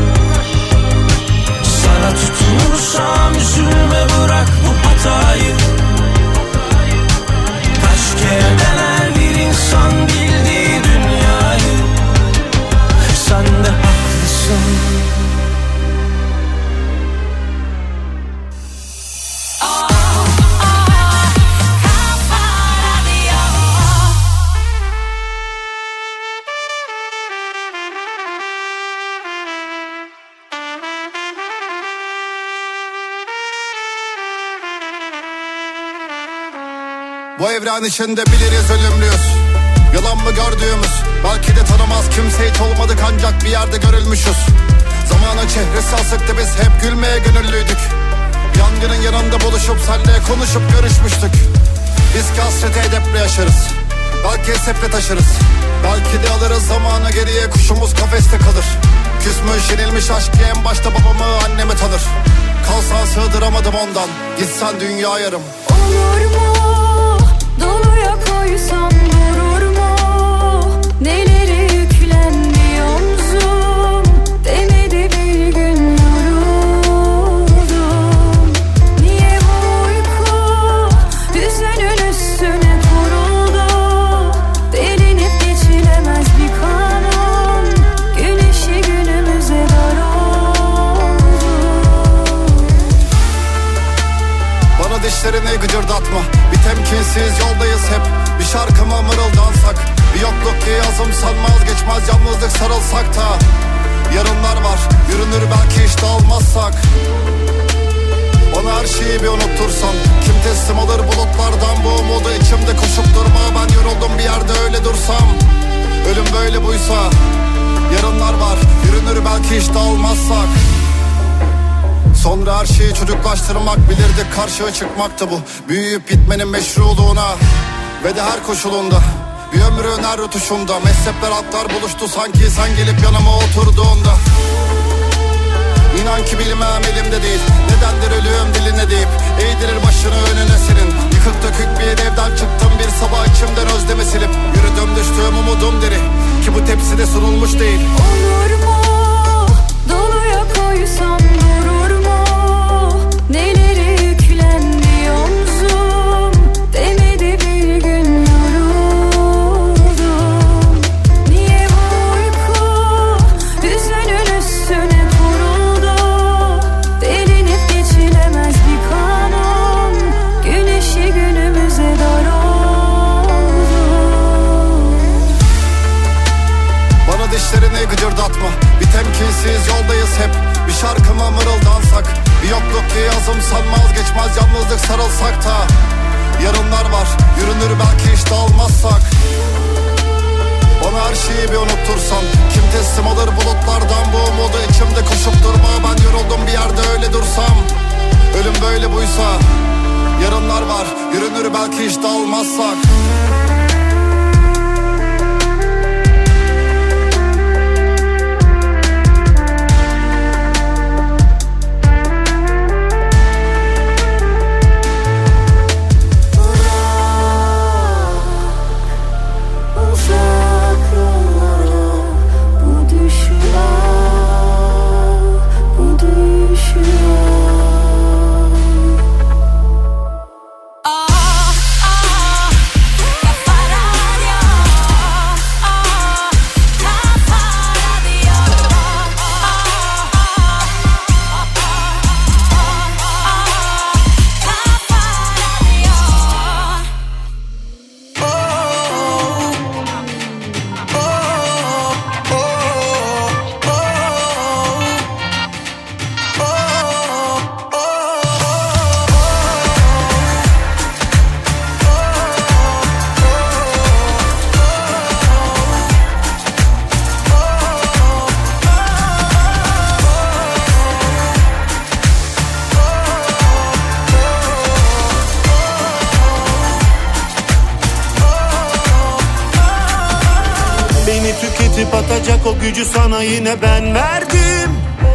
Sana tutunursam üzülme, bırak bu hatayı. Kaç kere dener bir insan bildiği dünyayı. Sen de haklısın. Bu evren içinde biliriz ölümlüyüz. Yalan mı gördüğümüz? Belki de tanımaz kimse hiç olmadık, ancak bir yerde görülmüşüz. Zamanın çehresi asıktı, biz hep gülmeye gönüllüydük. Yangının yanında buluşup senle konuşup görüşmüştük. Biz ki hasreti edeple yaşarız. Belki seple taşırız. Belki de alırız zamanı geriye, kuşumuz kafeste kalır. Küsmüş yenilmiş aşkı en başta babamı annemi tanır. Kalsan sığdıramadım ondan, gitsen dünya yarım. Olur mu? Doluya koysam durur mu? Neleri yüklendi omzum, demedi bir gün yoruldum. Niye bu uyku hüzünün üstüne kuruldu? Delinip geçilemez bir kanun, güneşi günümüze dar oldu. Bana dişlerini gıcırdatma, bir temkinsiz yoldayız hep. Bir şarkı mı mırıldansak, bir yokluk ki yazımsan vazgeçmez yalnızlık sarılsak da. Yarınlar var, yürünür belki hiç dağılmazsak. Bana her şeyi bir unuttursan, kim teslim alır bulutlardan bu umudu içimde koşup durma. Ben yoruldum bir yerde öyle dursam. Ölüm böyle buysa, yarınlar var, yürünür belki hiç dağılmazsak. Sonra her şeyi çocuklaştırmak, bilirdik karşıya çıkmaktı bu. Büyüyüp bitmenin meşruluğuna ve de her koşulunda. Bir ömrün her rutuşunda mezhepler halklar buluştu sanki sen gelip yanıma oturduğunda. İnan ki bilmem elimde değil, nedendir ölüm diline deyip eğdirir başını önüne senin. Yıkık dökük bir evden çıktım bir sabah, içimden özlemi silip yürüdüm düştüğüm umudum deri ki bu tepside sunulmuş değil. Olur mu? Doluya koysam durur mu? Neleri yüklendi omzum, demedi bir gün yoruldum. Niye bu uyku hüzünün üstüne kuruldu? Delinip geçilemez bir kanun, güneşi günümüze dar oldu. Bana dişlerini gıcırdatma, bir temkinsiz yoldayız hep. Bir şarkı mı mırıldansak, bir yokluk ki yazımsan vazgeçmez yalnızlık sarılsak da. Yarınlar var, yürünür belki hiç dağılmazsak. Bana her şeyi bir unuttursan, kim teslim alır bulutlardan bu umudu içimde koşup durma. Ben yoruldum bir yerde öyle dursam. Ölüm böyle buysa, yarınlar var, yürünür belki hiç dağılmazsak. yok etip atacak o gücü sana yine ben verdim.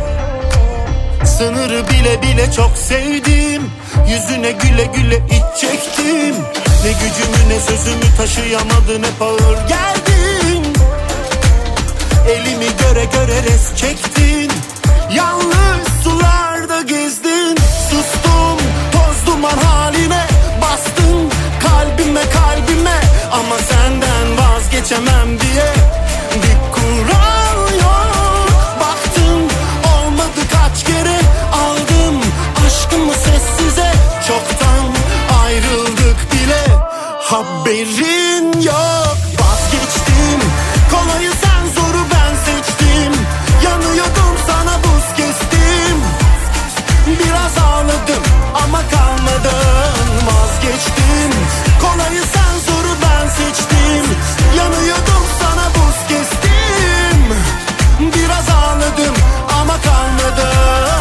Sınırı bile bile çok sevdim. Yüzüne güle güle iç çektim. Ne gücümü ne sözümü taşıyamadın, hep ağır geldin. Elimi göre göre res çektin. Yalnız sularda gezdin. Sustum toz duman haline, bastın kalbime kalbime. Ama senden vazgeçemem diye bir kural yok. Baktın olmadı kaç kere, aldım aşkımı sessize. Çoktan ayrıldık bile, haberin yok. Vazgeçtim, kolayı sen zoru ben seçtim. Yanıyordum sana buz kestim. Biraz ağladım ama kalmadım. Vazgeçtim, kolayı sen zoru ben seçtim. Yanıyordum sana buz kestim. Biraz ağladım ama kalmadım.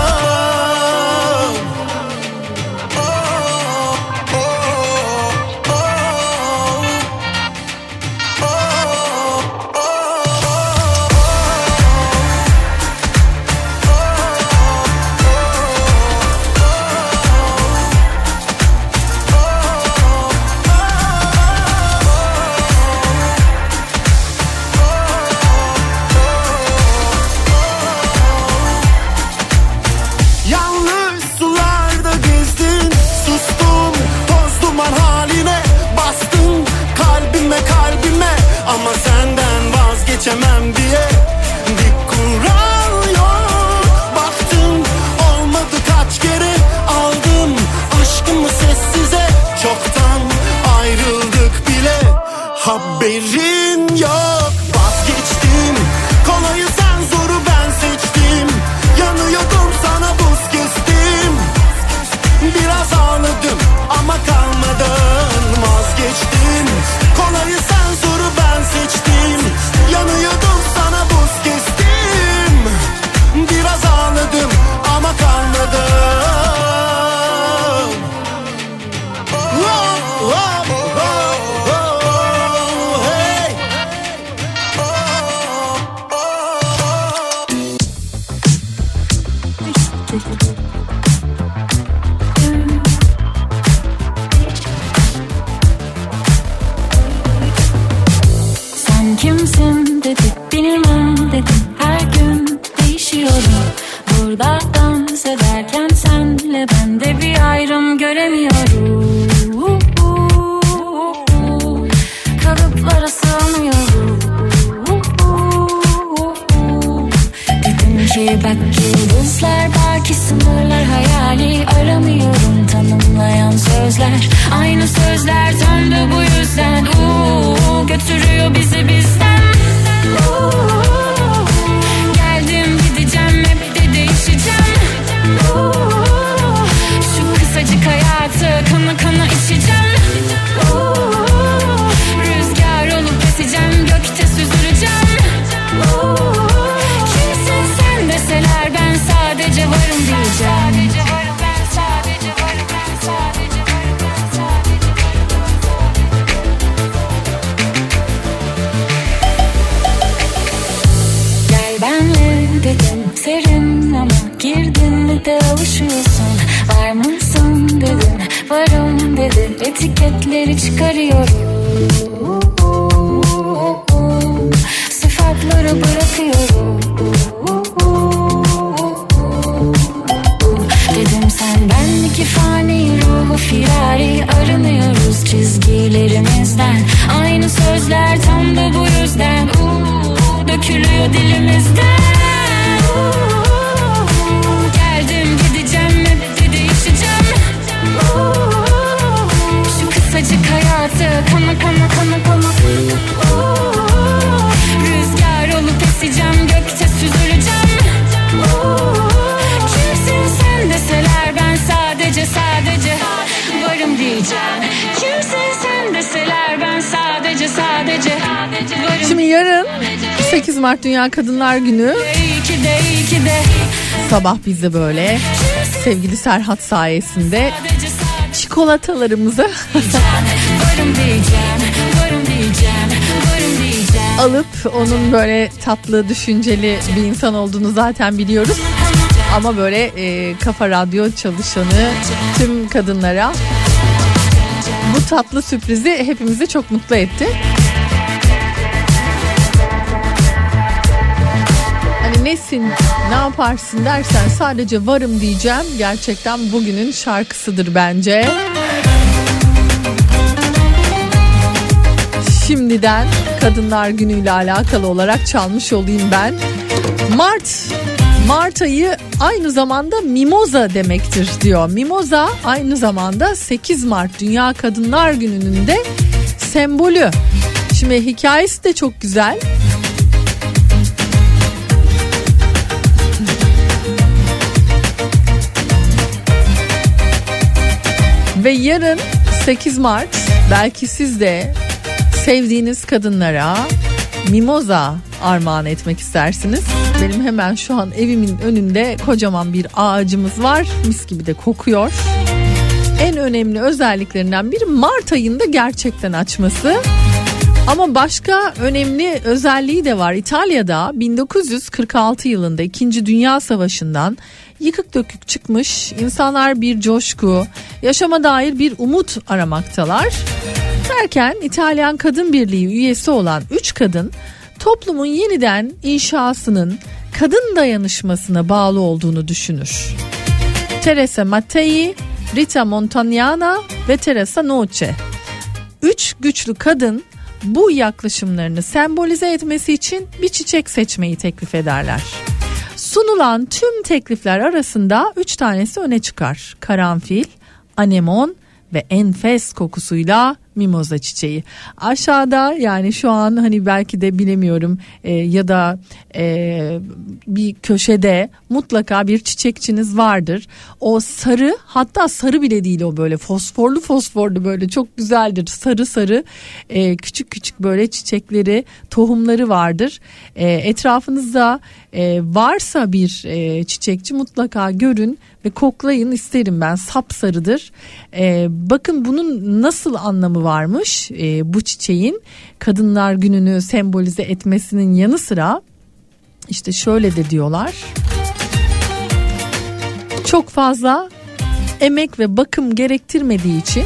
Ama senden vazgeçemem diye bir kural yok. Baktın olmadı kaç kere, aldım aşkımı sessize. Çoktan ayrıldık bile, haberin yok. Vazgeçtim, kolayı sen zoru ben seçtim. Yanıyordum sana buz kestim. Biraz ağladım ama kalmadım. Vazgeçtim, kolayı sen zoru ben seçtim. Yanıyordum sana buz kestim. Biraz ağladım ama kalmadım. Oh, oh, oh, oh, oh, hey. Sen kimsin dedik bilmem dedim, her gün değişiyorum. Burada dans ederken senle ben de bir ayrım göremiyorum. Kalıplara sığamıyorum. Dedim ki bak yıldızlar, belki sınırlar hayali. Aramıyorum tanımlayan sözler, aynı sözler döndü bu yüzden. Uuu, götürüyor bizi bizden. Uuu, geldim gideceğim, hep de değişeceğim. Uuu, şu kısacık hayatı kana kana içeceğim. Uuu, rüzgar olup eseceğim, gökte süzüleceğim. Uuu, kimsin sen deseler ben sadece varım diyeceğim. Gel benle dedim serin ama girdin mi de alışıyorsun. Var mısın dedim, varım dedi, etiketleri çıkarıyorum. Sıfatları bırakıyorum. Dedim sen ben iki fani ruhu firari, arınıyoruz çizgilerimizden. Aynı sözler tam da bu yüzden. Uuu, dökülüyor dilimizden. Uuu, geldim gideceğim, hep de değişeceğim. Uuu, şu kısacık hayatı kana kana kana kana. Uuu, rüzgar olup eseceğim, gökte süzüleceğim. Uuu, kimsin sen deseler ben sadece sadece varım diyeceğim. Kimsin sen deseler ben sadece sadece varım. Şimdi yarın sekiz Mart Dünya Kadınlar Günü. Sabah biz de böyle sevgili Serhat sayesinde çikolatalarımızı varım diyeceğim, varım diyeceğim, varım diyeceğim. alıp onun böyle tatlı, düşünceli bir insan olduğunu zaten biliyoruz. Ama böyle e, Kafa Radyo çalışanı tüm kadınlara bu tatlı sürprizi hepimizi çok mutlu etti. Hani nesin, ne yaparsın dersen sadece varım diyeceğim. Gerçekten bugünün şarkısıdır bence. Şimdiden Kadınlar Günü'yle alakalı olarak çalmış olayım ben. Mart, Mart ayı aynı zamanda mimoza demektir diyor. Mimoza aynı zamanda sekiz Mart Dünya Kadınlar Günü'nün de sembolü. Şimdi hikayesi de çok güzel. Ve yarın sekiz Mart belki siz de sevdiğiniz kadınlara mimoza armağan etmek istersiniz. Benim hemen şu an evimin önünde kocaman bir ağacımız var. Mis gibi de kokuyor. En önemli özelliklerinden biri Mart ayında gerçekten açması. Ama başka önemli özelliği de var. İtalya'da bin dokuz yüz kırk altı yılında İkinci Dünya Savaşı'ndan yıkık dökük çıkmış insanlar bir coşku, yaşama dair bir umut aramaktalar. Derken İtalyan Kadın Birliği üyesi olan üç kadın toplumun yeniden inşasının kadın dayanışmasına bağlı olduğunu düşünür. Teresa Mattei, Rita Montagnana ve Teresa Noce. Üç güçlü kadın bu yaklaşımlarını sembolize etmesi için bir çiçek seçmeyi teklif ederler. Sunulan tüm teklifler arasında üç tanesi öne çıkar. Karanfil, anemon ve enfes kokusuyla mimoza çiçeği. Aşağıda yani şu an hani belki de bilemiyorum e, ya da e, bir köşede mutlaka bir çiçekçiniz vardır. O sarı, hatta sarı bile değil, o böyle fosforlu fosforlu böyle çok güzeldir. Sarı sarı e, küçük küçük böyle çiçekleri, tohumları vardır. E, etrafınızda e, varsa bir e, çiçekçi mutlaka görün ve koklayın isterim ben. Sapsarıdır. E, bakın bunun nasıl anlamı varmış e, bu çiçeğin Kadınlar Günü'nü sembolize etmesinin yanı sıra işte şöyle de diyorlar. Çok fazla emek ve bakım gerektirmediği için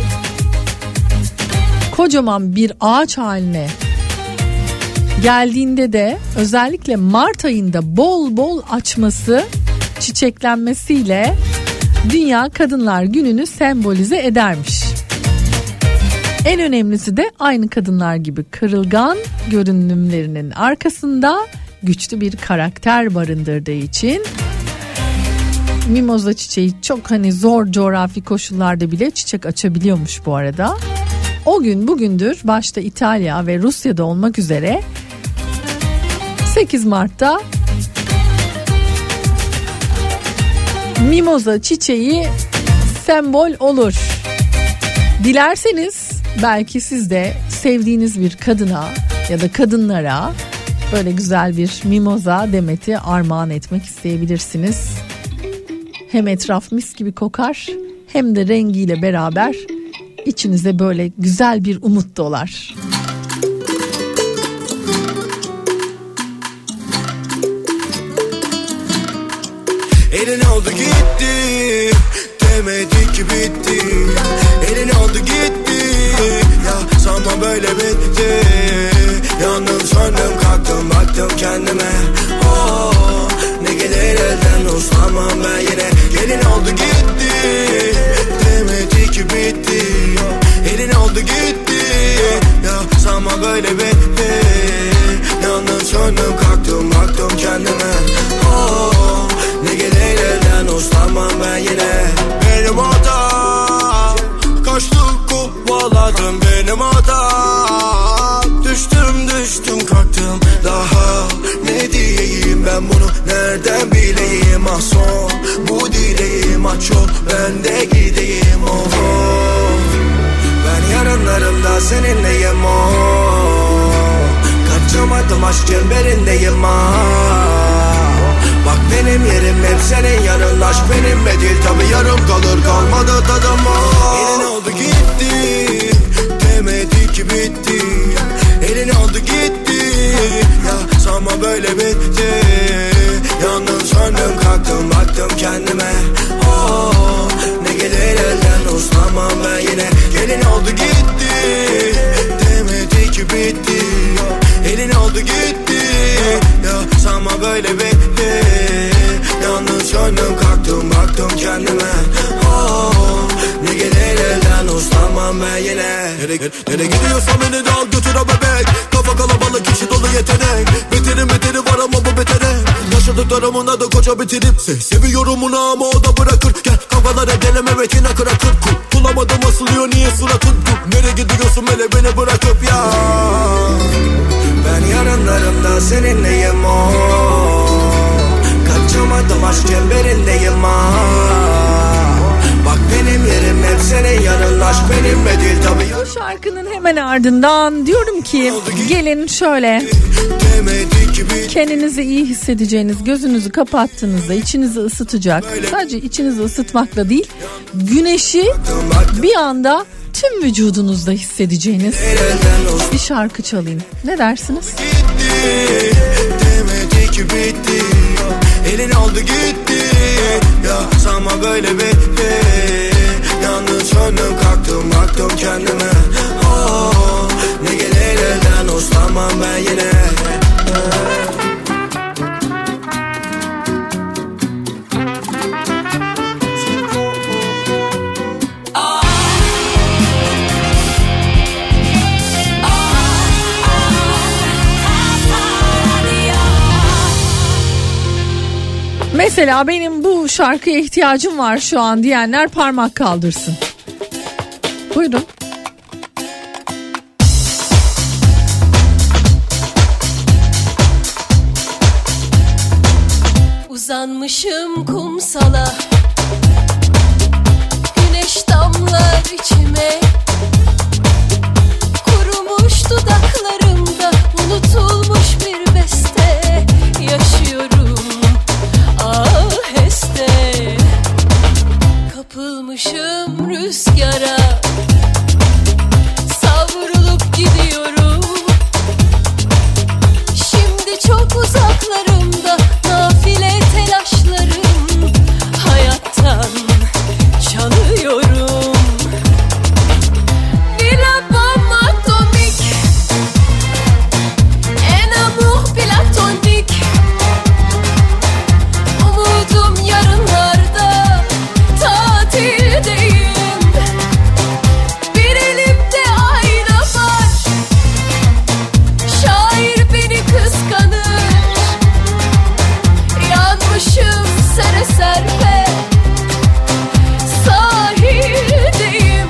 kocaman bir ağaç haline geldiğinde de özellikle Mart ayında bol bol açması, çiçeklenmesiyle Dünya Kadınlar Günü'nü sembolize edermiş. En önemlisi de aynı kadınlar gibi kırılgan görünümlerinin arkasında güçlü bir karakter barındırdığı için mimoza çiçeği çok hani zor coğrafi koşullarda bile çiçek açabiliyormuş bu arada. O gün bugündür başta İtalya ve Rusya'da olmak üzere sekiz Mart'ta mimoza çiçeği sembol olur. Dilerseniz belki siz de sevdiğiniz bir kadına ya da kadınlara böyle güzel bir mimoza demeti armağan etmek isteyebilirsiniz. Hem etraf mis gibi kokar hem de rengiyle beraber içinize böyle güzel bir umut dolar. Elin oldu gitti, demedi ki bitti. Elin oldu gitti, ya sanma böyle bitti. Yandım söndüm kalktım baktım kendime. Oh, ne gelir elden uslanmam ben yine. Elin oldu gitti, demedi ki bitti. Elin oldu gitti, ya sanma böyle bitti. Yandım söndüm kalktım baktım kendime. Oh, ne gelir elden uslanmam ben yine. Benim hatam, kaçtım kovaladım benim hatam. Düştüm düştüm kalktım daha ne diyeyim ben bunu nereden bileyim. Ah son bu dileğim, aç yol ben de gideyim. Oh, oh. Ben yarınlarımda seninleyim oh. Kaçamadım aşk çemberindeyim ah. Bak benim yerim hep senin yanın, aşk benimle değil tabi yarım kalır kalmadı tadım oh. Elin oldu gitti, demedi ki bitti. Elin oldu gitti, Sanma böyle bitti. Yalnız söndüm kalktım baktım kendime. Oh, ne gelir elden uslanmam ben yine. Gelin oldu gitti, demedi ki bitti. Elin oldu gitti, ya sanma böyle bitti. Yalnız söndüm kalktım baktım kendime. Oh, ne gelir elden uslanmam ben yine. Nereye, nereye gidiyorsan beni de al götür o bebek. Kafa kalabalık içi dolu yetenek. Beterin beteri var ama bu betere. Yaşadıklarımın adı koca bitirip Se seviyorum onu ama o da bırakır. Gel kafalara deneme metine kırakır. Bulamadım asılıyor niye suratın. Nereye gidiyorsun hele beni bırakıp ya. Ben yarınlarımda seninleyim o. Kaçamadım aşk çemberindeyim ha. Bak benim yerim hep senin yanın. Aşk benimle değil tabii. Bu şarkının hemen ardından diyorum ki gelin şöyle kendinizi iyi hissedeceğiniz, gözünüzü kapattığınızda içinizi ısıtacak, sadece içinizi ısıtmakla değil, güneşi bir anda tüm vücudunuzda hissedeceğiniz bir şarkı çalayım. Ne dersiniz? Demedi ki bitti. Elin oldu gitti. Ya sanma böyle bitti. Yalnız söndüm kalktım baktım kendime. Oh, ne gelir elden uslanmam ben yine. Mesela benim bu şarkıya ihtiyacım var şu an diyenler parmak kaldırsın. Buyurun. Uzanmışım kumsala, güneş damlar içime, kurumuş dudaklarımda unutulmuş bir beste yaşıyorum. Aheste kapılmışım rüzgara, savrulup gidiyorum. Şimdi çok uzaklarımda nafile telaşlarım, hayattan çalıyorum. Bir abam atomik, en amour platonik. Umudum yarınlarda, tatildeyim. Bir elimde ayna var, şair beni kıskanır. Yanmışım sere serpe, sahildeyim.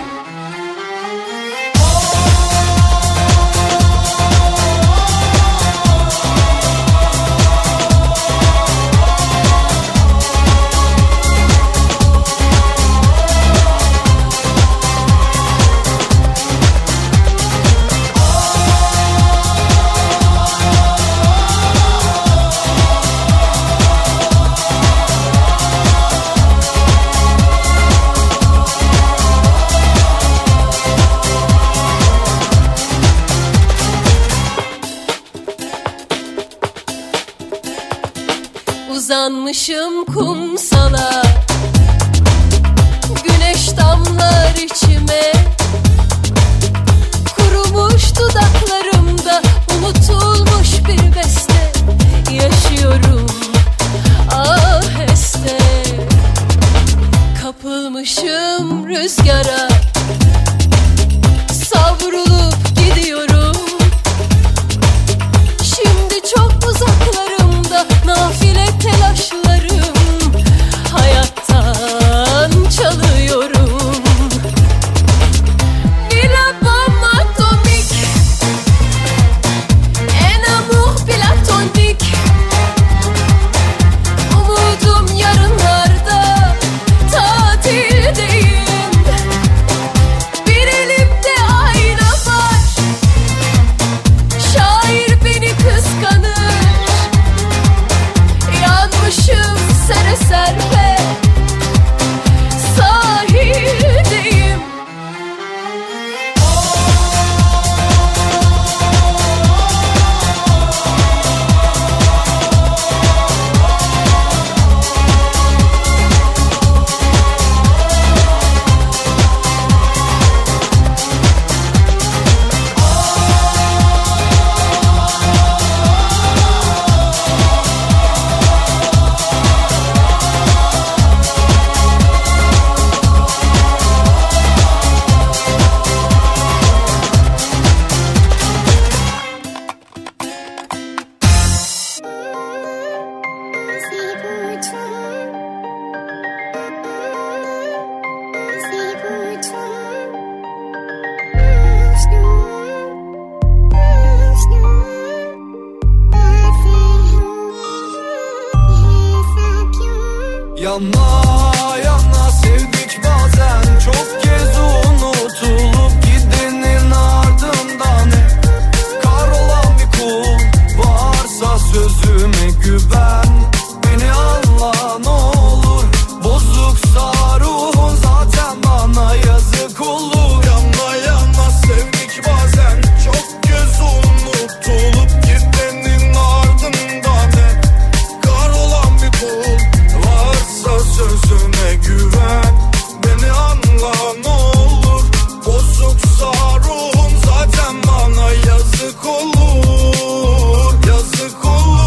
Uzanmışım kumsala, güneş damlar içime, kurumuş dudaklarımda unutulmuş bir beste yaşıyorum. Aheste kapılmışım rüzgara, savrulup gidiyorum. Şimdi çok uzaklarımda nafile telaşlarım, hayattan çalıyorum. Bir abam atomik, en amour platonik. Umudum yarınlarda, tatildeyim. Bir elimde ayna var, şair beni kıskanır. Yanmışım Yana yana sevdik bazen, çok kez unutulup gidenin ardından kahrolan bir kul varsa sözüme güven. Beni anla ne olur, bozuksa ruhun zaten bana yazık olur. Yana yana sevdik bazen, çok kez unutulup gidenin ardından kahrolan bir kul varsa sözüme güven. Beni anla ne olur, bozuksa ruhum zaten bana yazık olur, yazık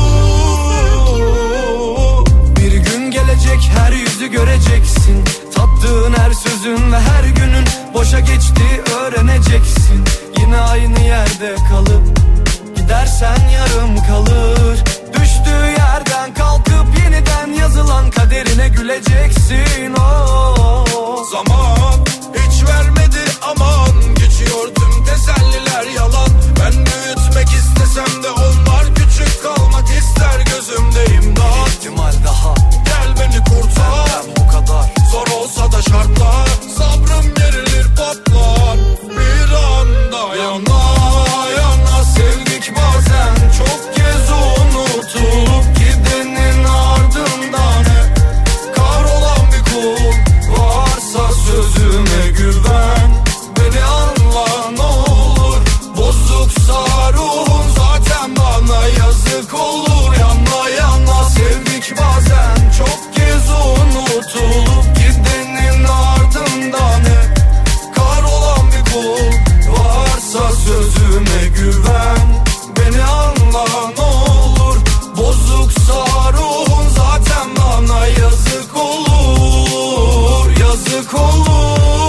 olur. Bir gün gelecek, her yüzü göreceksin, tattığın her sözün ve her günün boşa geçti öğreneceksin. Yine aynı yerde kalıp gidersen yarım kalır. Düştüğü yerden kalkıp yeniden yazılan kaderine güleceksin. Oh. Zaman hiç vermedi aman, geçiyor tüm teselliler yalan. Ben büyütmek istesem de onlar küçük kalmak ister gözümde imdat. İhtimal daha, gel beni kurtar. Benden bu kadar zor olsa da şartlar, sabrım gerilir patlar bir anda. Yana yana sevdik bazen, çok kez unutulup gidenin ardından kahrolan bir kul varsa sözüme güven. Beni anla ne olur, bozuksa ruhun zaten bana yazık olur. Yana yana sevdik bazen, çok kez unutulup gidenin ardından kahrolan bir kul varsa sözüme güven. Beni anla ne olur, bozuksa ruhun zaten bana yazık olur, yazık olur.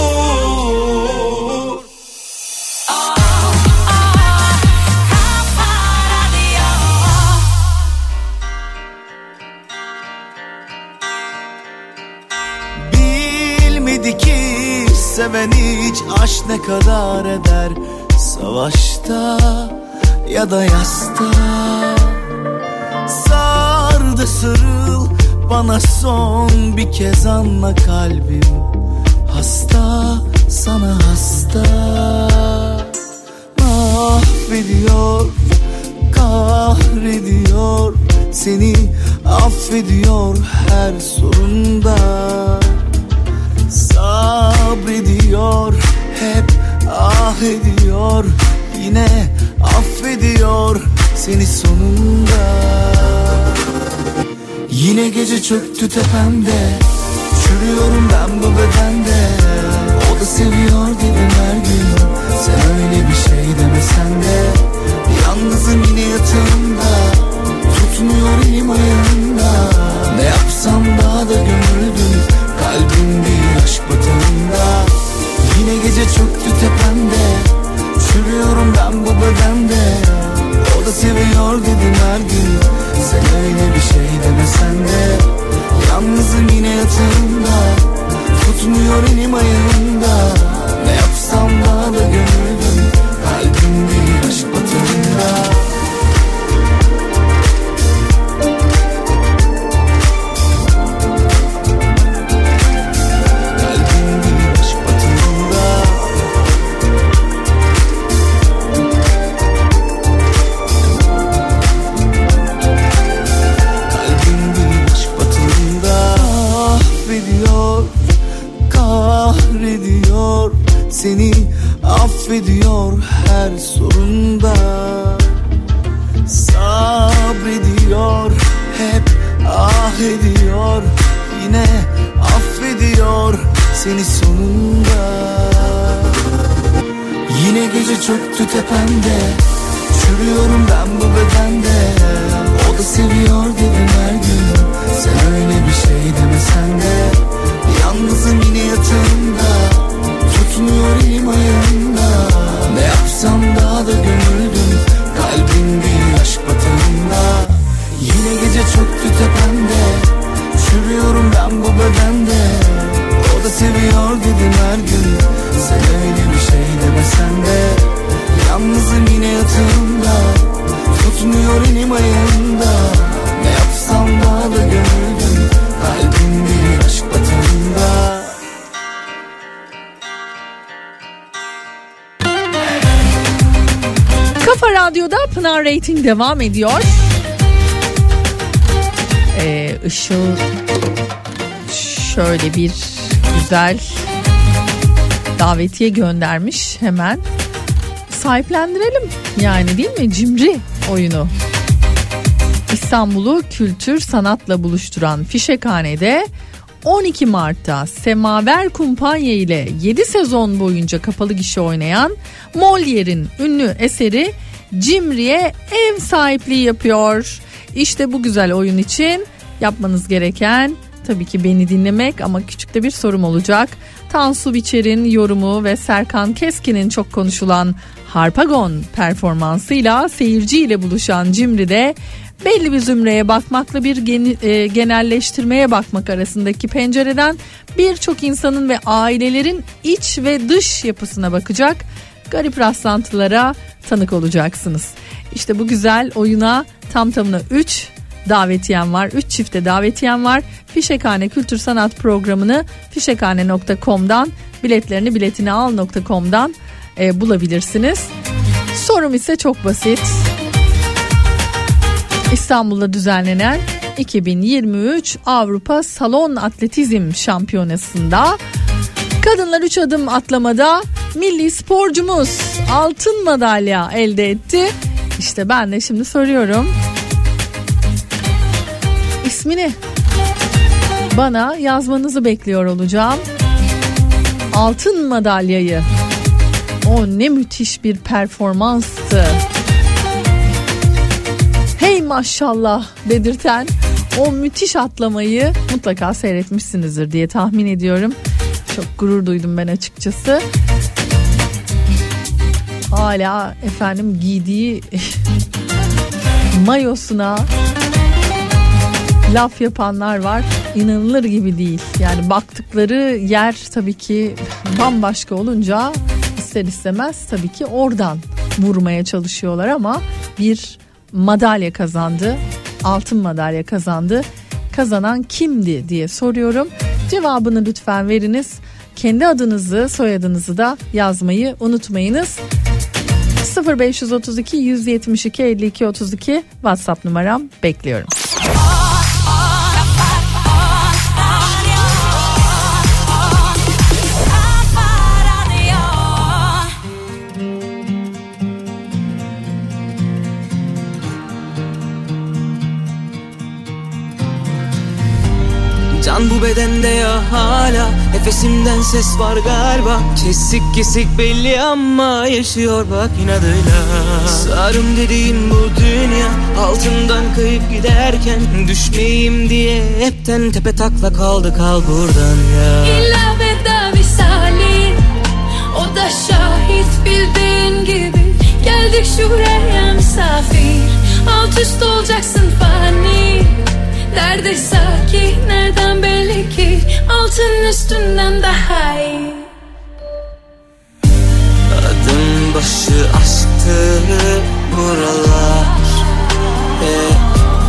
Bilmedi ki seven hiç aşk ne kadar eder, savaşta ya da yasta. Sar da sarıl bana son bir kez, anla kalbim hasta, sana hasta. Mahvediyor, kahrediyor, seni affediyor her sorunda. Sabrediyor, hep ah ediyor, yine affediyor seni sonunda. Yine gece çöktü tepemde, çürüyorum ben bu bedende. O da seviyor dedim her gün, sen öyle bir şey demesen de. Yalnızım yine yatağımda, tutmuyor elim ayağımda. Ne yapsam daha da gömüldüm, kalbim bir aşk batağında. Yine gece çöktü tepemde, çürüyorum ben bu bedende. O da seviyor dedim her gün, sen öyle bir şey demesen de. Yalnızım yine yatağımda, tutmuyor elim ayağımda. Ne yapsam daha da gömüldüm, kalbim bir aşk batağında. Kahrediyor, seni affediyor her sorunda. Sabrediyor, hep ah ediyor, yine affediyor seni sonunda. Yine gece çöktü tepemde, çürüyorum ben bu bedende. O da seviyor dedim her gün, sen öyle bir şey demesen de. Yalnızım yine yatağımda, tutmuyor elim ayağımda. Ne yapsam daha da gömüldüm, kalbim bir aşk batağında. Yine gece çöktü tepemde, çürüyorum ben bu bedende. O da seviyor dedim her gün, sen öyle bir şey demesen de. Yalnızım yine yatağımda, tutmuyor elim ayağımda. Ne yapsam daha da gömüldüm, kalbim bir Pınar Rating devam ediyor. Ee, Işıl şöyle bir güzel davetiye göndermiş, hemen sahiplendirelim yani, değil mi? Cimri oyunu. İstanbul'u kültür sanatla buluşturan Fişekhane'de on iki Mart'ta Semaver Kumpanya ile yedi sezon boyunca kapalı gişe oynayan Molière'in ünlü eseri Cimri'ye ev sahipliği yapıyor. İşte bu güzel oyun için yapmanız gereken tabii ki beni dinlemek, ama küçük de bir sorum olacak. Tansu Biçer'in yorumu ve Serkan Keskin'in çok konuşulan Harpagon performansıyla seyirciyle buluşan Cimri'de belli bir zümreye bakmakla bir gen, e, genelleştirmeye bakmak arasındaki pencereden birçok insanın ve ailelerin iç ve dış yapısına bakacak garip rastlantılara tanık olacaksınız. İşte bu güzel oyuna tam tamına üç davetiyem var. üç çifte davetiyem var. Fişekhane Kültür Sanat Programı'nı fişekhane nokta com'dan, biletlerini biletini al nokta com'dan e, bulabilirsiniz. Sorum ise çok basit. İstanbul'da düzenlenen iki bin yirmi üç Avrupa Salon Atletizm Şampiyonası'nda kadınlar üç adım atlamada milli sporcumuz altın madalya elde etti. İşte ben de şimdi soruyorum. İsmini bana yazmanızı bekliyor olacağım. Altın madalyayı. O ne müthiş bir performanstı. Hey maşallah dedirten o müthiş atlamayı mutlaka seyretmişsinizdir diye tahmin ediyorum. Çok gurur duydum ben açıkçası. Hala efendim giydiği mayosuna laf yapanlar var. İnanılır gibi değil. Yani baktıkları yer tabii ki bambaşka olunca ister istemez tabii ki oradan vurmaya çalışıyorlar, ama bir madalya kazandı. Altın madalya kazandı. Kazanan kimdi diye soruyorum. Cevabını lütfen veriniz. Kendi adınızı, soyadınızı da yazmayı unutmayınız. sıfır beş otuz iki yüz yetmiş iki elli iki otuz iki WhatsApp numaram, bekliyorum. Can bu bedende ya hala, nefesimden ses var galiba. Kesik kesik belli ama yaşıyor bak inadıyla. Sarım dediğin bu dünya, altından kayıp giderken düşmeyeyim diye hepten tepe takla kaldı, kal buradan ya. İlla veda visali, o da şahit bildiğin gibi. Geldik şuraya misafir, alt üst olacaksın fani. Nerede sakin, nereden belli ki altın üstünden daha iyi. Adım başı aşktı buralar, hep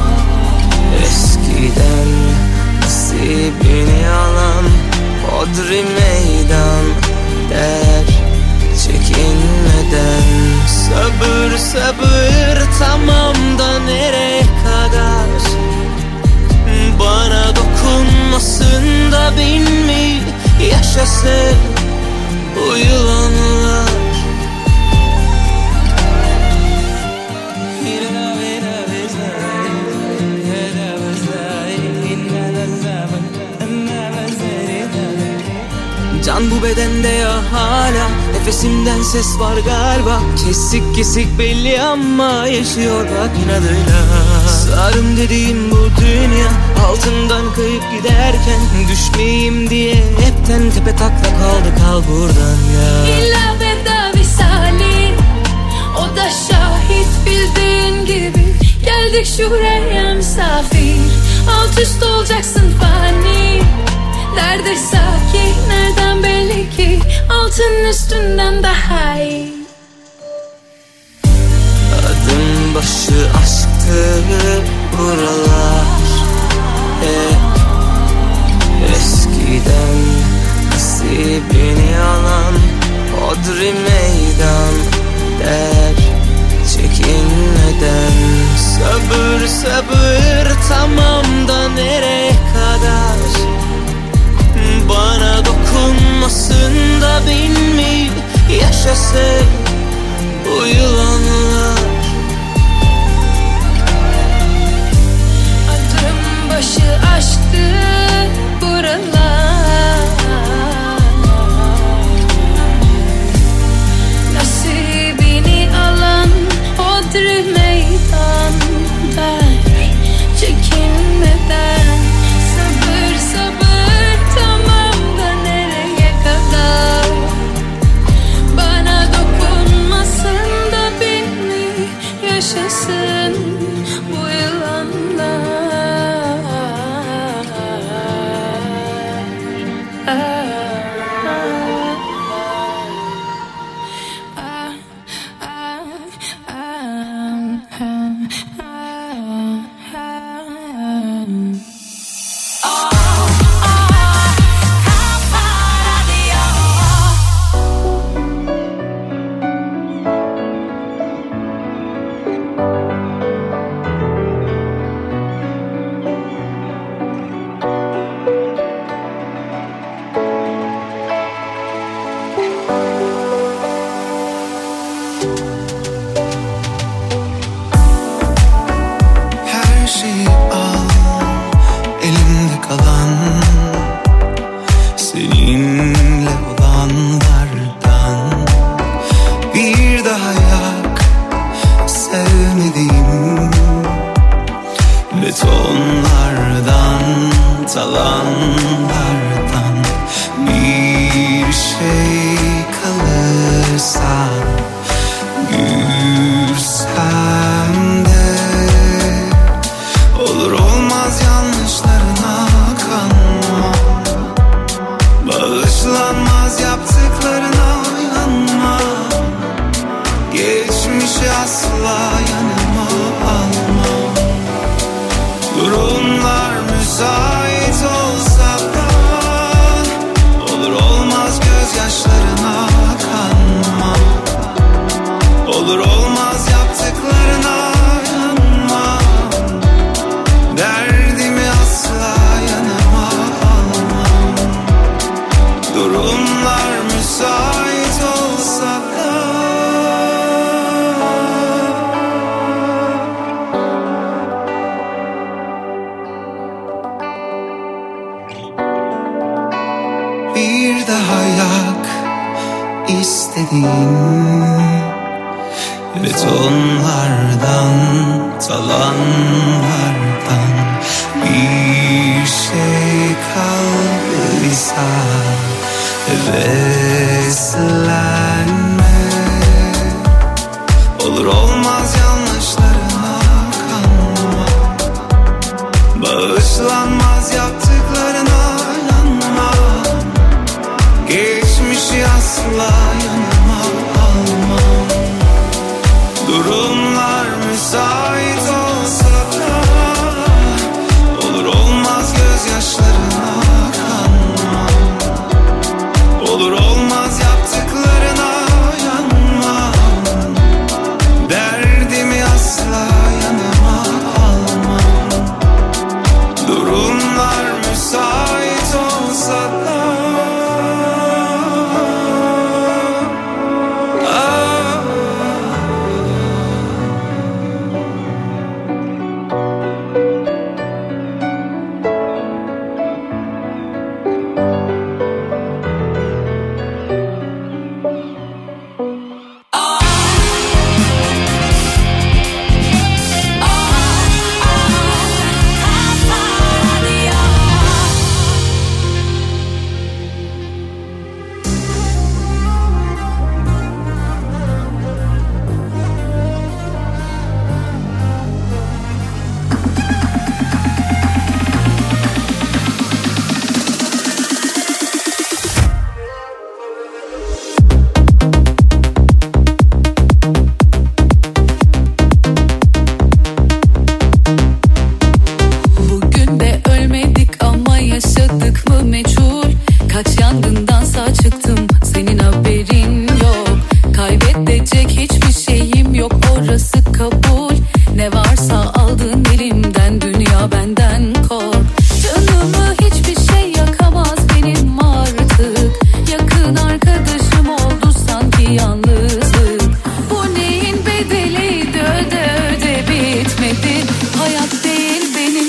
eskiden nasibini alan hodri meydan der çekinmeden. Sabır sabır tamam da nereye kadar? Bana dokunmasın da bin mi yaşasın bu yılanlar? Can bu bedende ya hala, nefesimden ses var galiba. Kesik kesik belli ama yaşıyor bak inadıyla. Sarım dediğin bu dünya, altından kayıp giderken düşmeyeyim diye hepten tepe takla kaldı, kal buradan ya. İlla veda visali, o da şahit bildiğin gibi. Geldik şuraya misafir, alt üst olacaksın fani. Nerede sakin, nereden belli ki altın üstünden daha iyi. Adım başı aşktı buralar, hep eskiden nasibini alan hodri meydan der çekinmeden. tamam da nereye kadar? Bana dokunmasın da ben mi yaşasın bu yılanlar? Adım başı aşktı buralar, nasibini alan hodri meydan der çekinmeden. Sabır sabır tamam da nereye kadar? Bana dokunmasın da beni yaşasın bu yılanlar. Her şeyi al, elimde kalan seninle olanlardan. Bir daha yak sevmediğim betonlardan, talanlardan. Bir şey kalırsa gülsem de olur olmaz yanlışlarına kanma. Bağışlanmaz yaptıklarına yanma. Geçmişi asla yanıma alma. Durumlar müsait olsa da olur olmaz gözyaşlarına kanma. Olur olmaz yaptıklarına yanma. Derdimi asla yanıma almam. Durumlar müsait olsa da. Bir daha yak istediğin betonlardan, talanlardan. Bir şey kaldıysa heveslenme. Olur olmaz yanlışlarına kanma. Bağışlanmaz yaptıklarına yanma. Geçmişi asla yanıma alma. Durumlar müsait olsa da olur olmaz gözyaşlarına kanma. Olur olmaz yaptıklarına yanma. Derdimi asla yanıma alma. Durumlar müsait olsa da.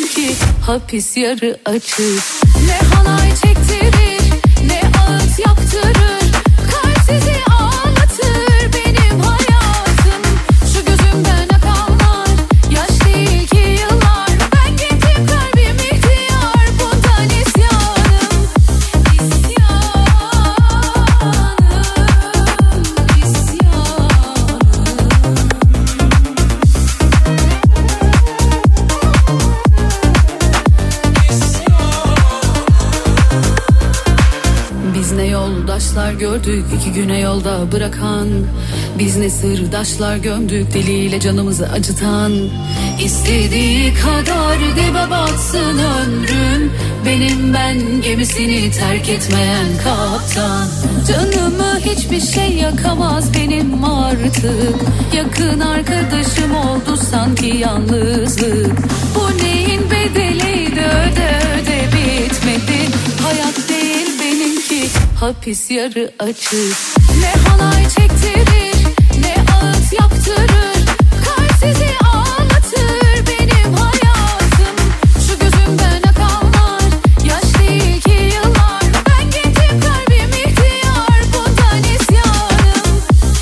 benimki hapis yarı açık. Ne halay çektirir ne ağıt yaptırır, kalp sizi ağlatır benim hayatım. Şu gözümden akanlar yaş değil ki yıllar, ben gittim kalbim ihtiyar, bundan isyanım. Biz ne yoldaşlar gördük iki güne yolda bırakan, biz ne sırdaşlar gömdük diliyle canımızı acıtan. İstediği kadar dibe batsın ömrüm, benim ben gemisini terk etmeyen kaptan. Canımı hiçbir şey yakamaz benim artık, yakın arkadaşım oldu sanki yalnızlık. Bu neyin bedeliydi, öde öde bitmedi. Hayat değil benimki hapis yarı açık. Ne halay çektirir ne ağıt yaptırır, kalp sizi ağlatır benim hayatım. Şu gözümden akanlar yaş değil ki yıllar, ben gittim kalbim ihtiyar, bundan isyanım.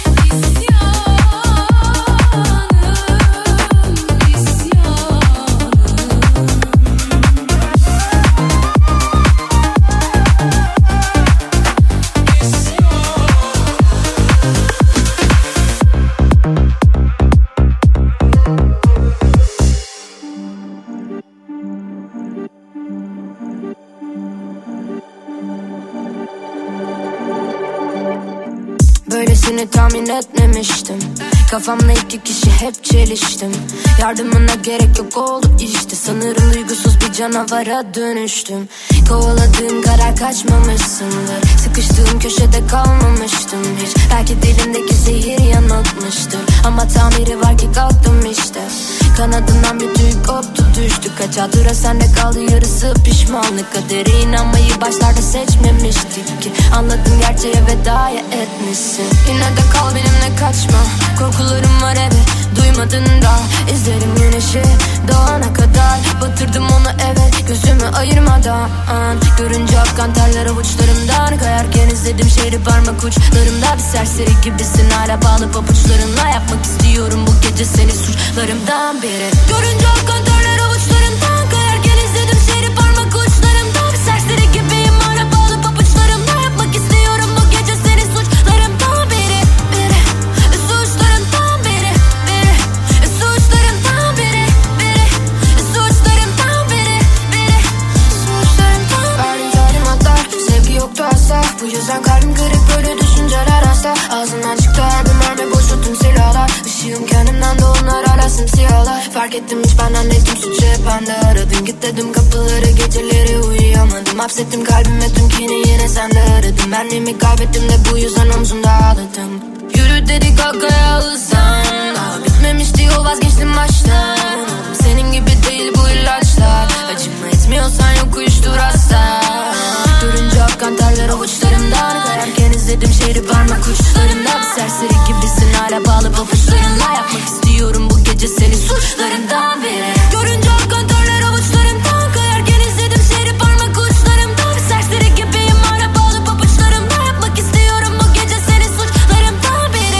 Böylesini tahmin etmemiştim, kafamla iki kişi hep çeliştim. Yardımına gerek yok oldu işte, sanırım duygusuz bir canavara dönüştüm. Kovaladığım karar kaçmamışsındır, sıkıştığım köşede kalmamıştım hiç. Belki dilimdeki zehir yanıltmıştır, ama tamiri var ki kalktım işte. Kanadından bir tüy koptu düştü, kaç hatıra sende kaldı yarısı pişmanlık. Kadere inanmayı başlarda seçmemiştik ki, anladım gerçeğe vedaya etmişsin. Yine de kal benimle kaçma, korkularım var evet duymadın da. İzlerim güneşi doğana kadar, batırdım onu evet gözümü ayırmadan. Görünce akan terler avuçlarımdan, kayarken izledim şehri parmak uçlarımda. Bir serseri gibisin hala bağlı pabuçlarınla, yapmak istiyorum bu gece seni suçlarımdan biri. Görünce akan terler avuçlarımdan, kayarken izledim şehri parmak uçlarımda. Bir serseri gibiyim hala bağlı pabuçlarımla, yapmak istiyorum bu gece seni suçlarımdan biri. Biri suçlarımdan biri, biri suçlarımdan biri, biri suçlarımdan biri, biri suçlarımdan biri. Verdim talimatlar, sevgi yoktu asla, bu yüzden kalbim kırık böyle düşünceler hasta. Ağzından çıktı her bir mermi, boştu tüm silahlar. Işığım kendimden de onlar hala simsiyahlar. Fark ettim hiç benden değil tüm suçu hep bende. Aradım git dedim kapıları, geceleri uyuyamadım. Hapsettim kalbime tüm kini, yine sende aradım. Benliğimi kaybettim de bu yüzden omzumda ağladım. Yürü dedik kalkaya hızlan, daha bitmemişti yol, vazgeçtim baştan. Senin gibi değil bu ilaçlar, acıma etmiyorsan yok uyuştur hasta. Görünce akan terler avuçlarımdan, kayarken izledim şehri parmak uçlarımda. Bir serseri gibisin hala bağlı pabuçlarınla, yapmak istiyorum bu gece seni suçlarından biri. Görünce akan terler avuçlarımdan, kayarken izledim şehri parmak uçlarımda. Bir serseri gibiyim hala bağlı pabuçlarımla, yapmak istiyorum bu gece seni suçlarımdan biri.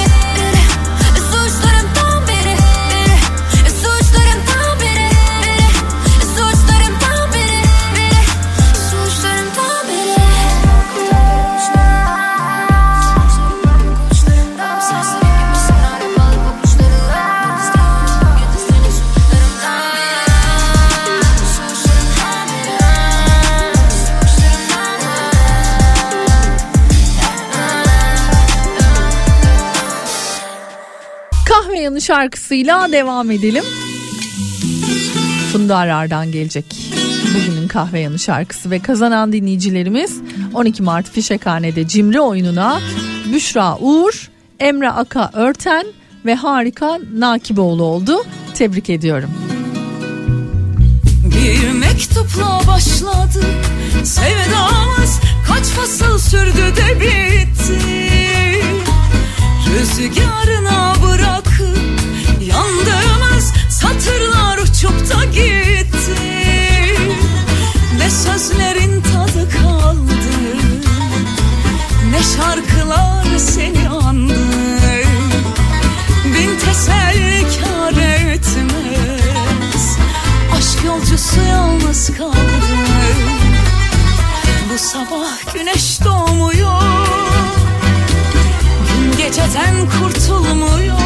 Biri suçlarımdan biri, biri suçlarımdan biri, biri suçlarımdan biri, biri suçlarımdan biri. Kahve Yanı şarkısıyla devam edelim. Funda Arar'dan gelecek bugünün Kahve Yanı şarkısı ve kazanan dinleyicilerimiz on iki Mart Fişekhane'de Cimri oyununa Büşra Uğur, Emre Aka Örten ve Harika Nakiboğlu oldu. Tebrik ediyorum. Bir mektupla başladı sevdamız, kaç fasıl sürdü de bitti. Rüzgarına bırakıp yandığımız satırlar uçup da gitti. yolcusu yalnız kaldım. Bu sabah güneş doğmuyor, gün geceden kurtulmuyor.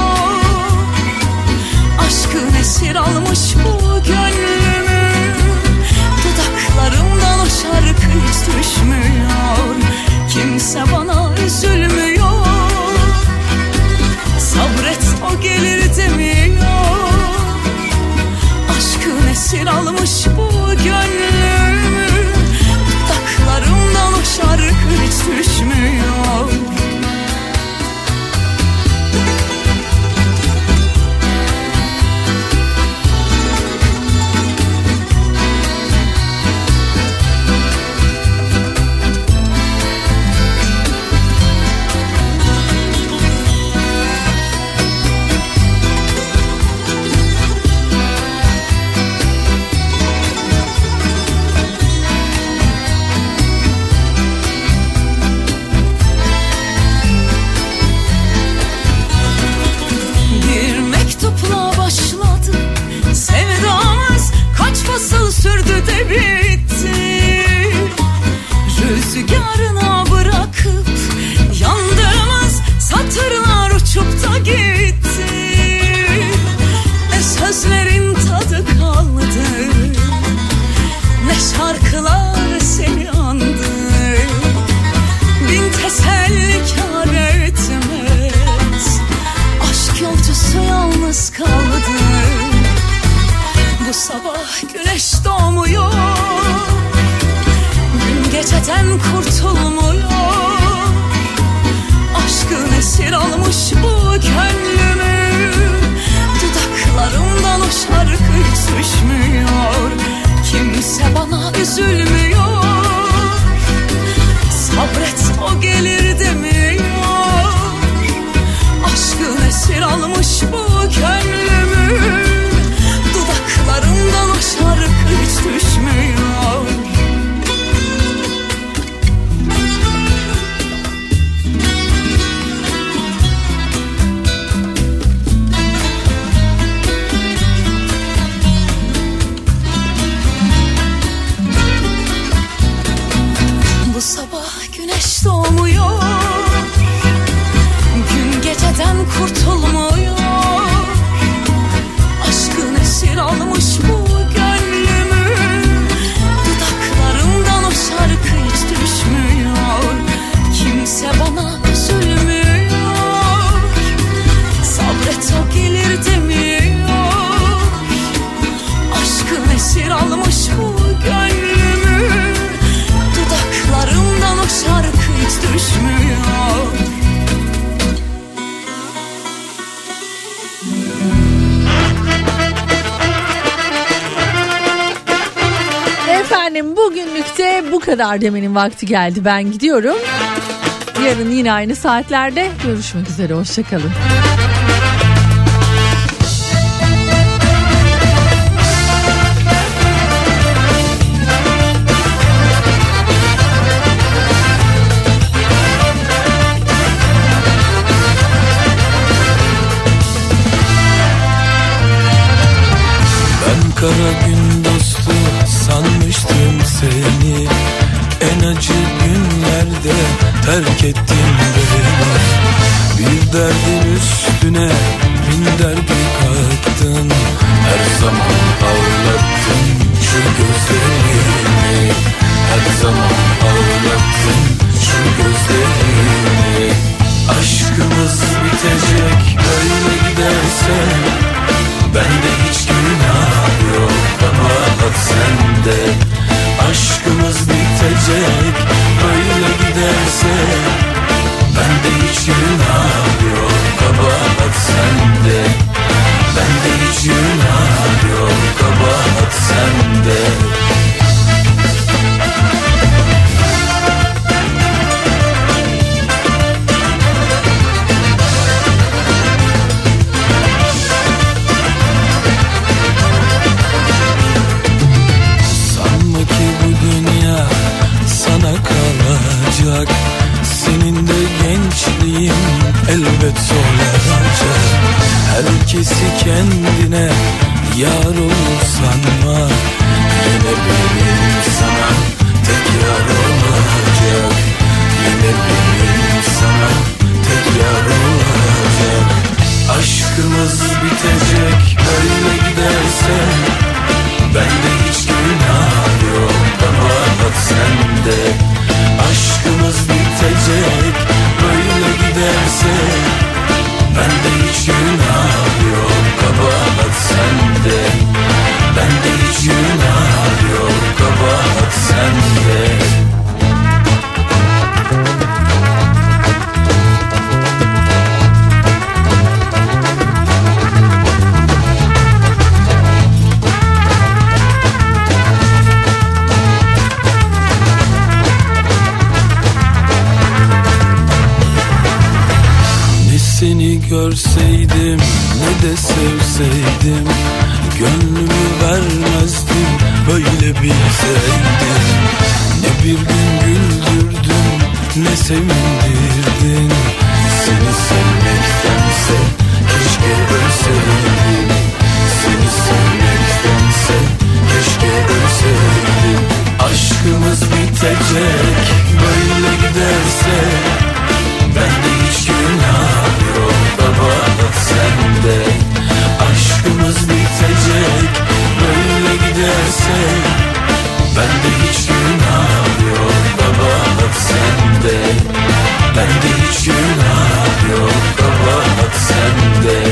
Aşkın esir almış bu gönlümü, dudaklarımdan o şarkı hiç düşmüyor. Kimse bana üzülmüyor, sabret o gelir demiyor. Aşkın esir almış bu gönlümü, dudaklarımdan o şarkı hiç düşmüyor. Sevdamız kaç fasıl sürdü de bitti. Rüzgarına bırakıp yandığımız satırlar uçup da gitti. Ne sözlerin tadı kaldı, ne şarkılar seni andı. Bin teselli kâr etmez, aşk yolcusu yalnız kaldı. Bu sabah güneş doğmuyor, gün geceden kurtulmuyor. Aşkın esir almış bu gönlümü, dudaklarımdan o şarkı hiç düşmüyor. Kimse bana üzülmüyor, sabret o gelir demiyor. Aşkın esir almış bu gönlümü, dudaklarımdan o şarkı hiç düşmüyor. Bu sabah güneş doğmuyor, gün geceden kurtulmuyor. Aşkın esir almış bu gönlümü, dudaklarımdan o şarkı hiç düşmüyor. Kimse bana üzülmüyor, sabret o gelir demiyor. Aşkın esir almış bu gönlümü, dudaklarımdan o şarkı hiç düşmüyor. Efendim bugünlükte bu kadar demenin vakti geldi. Ben gidiyorum. Yarın yine aynı saatlerde görüşmek üzere. Hoşçakalın. Ben kara gün dostu sanmıştım seni, en acı günlerde terk ettin beni. Bir derdin üstüne bin derdi kattın, her zaman ağlattın şu gözlerimi. Her zaman ağlattın şu gözlerimi. Aşkımız bitecek böyle giderse, bende hiç günah yok, kabahat sende. Aşkımız bitecek böyle giderse, bende hiç günah yok, kabahat sende. Bende hiç günah yok, kabahat sende. Senin de gençliğin elbet solacak. Herkesi kendine yar olur sanma, görseydim, ne de sevseydim, gönlümü vermezdim, böyle bilseydim. Ne bir gün güldürdün, ne sevindirdin. Seni sevmektense keşke ölseydim. Seni sevmektense keşke ölseydim. Aşkımız bitecek, böyle giderse bende hiç günah yok baba, sende. Aşkımız bitecek, böyle giderse bende hiç günah yok baba, sende. Bende hiç günah yok baba, sende.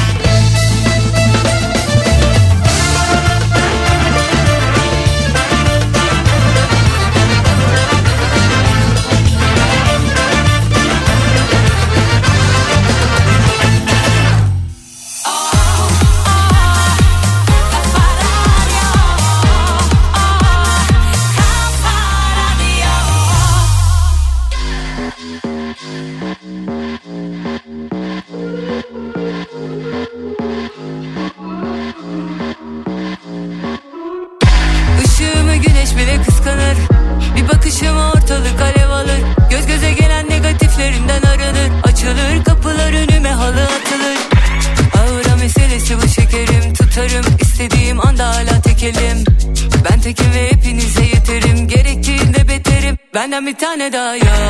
Benden bir tane daha yok,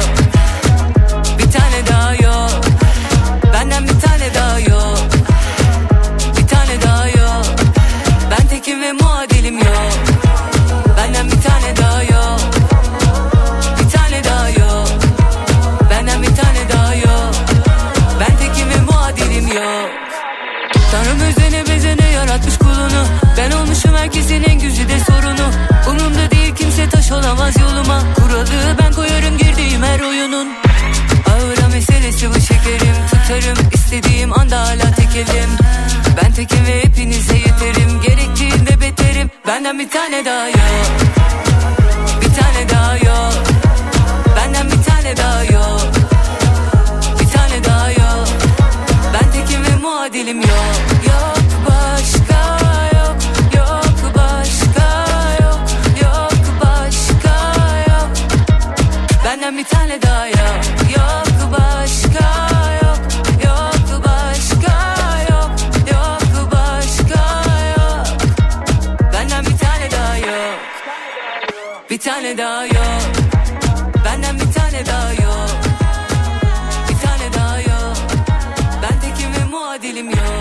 bir tane daha yok. Benden bir tane daha yok, bir tane daha yok. Ben tekim ve muadilim yok. Benden bir tane daha yok, bir tane daha yok. Benden bir tane daha yok. Ben tekim ve muadilim yok. Tanrım özene bezene yaratmış kulunu. Ben olmuşum herkesin en güzide sorunu. Umurumda değil kimse taş olamaz yoluma. Kuralı ben koyarım girdiğim her oyunun. Ağıra meselesi bu şekerim. Tutarım istediğim anda hala tekelim. Ben tekim ve hepinize yeterim. Gerektiğinde beterim. Benden bir tane daha yok, bir tane daha yok. Benden bir tane daha yok, bir tane daha yok. Ben tekim ve muadilim yok. Yok başka yok, yok başka yok, yok başka yok. Benden bir tane daha yok, yok başka yok, yok başka yok, yok başka yok. Benden bir tane daha yok, bir tane daha yok. Benden bir tane daha yok, bir tane daha yok. Ben tekim ve muadilim yok.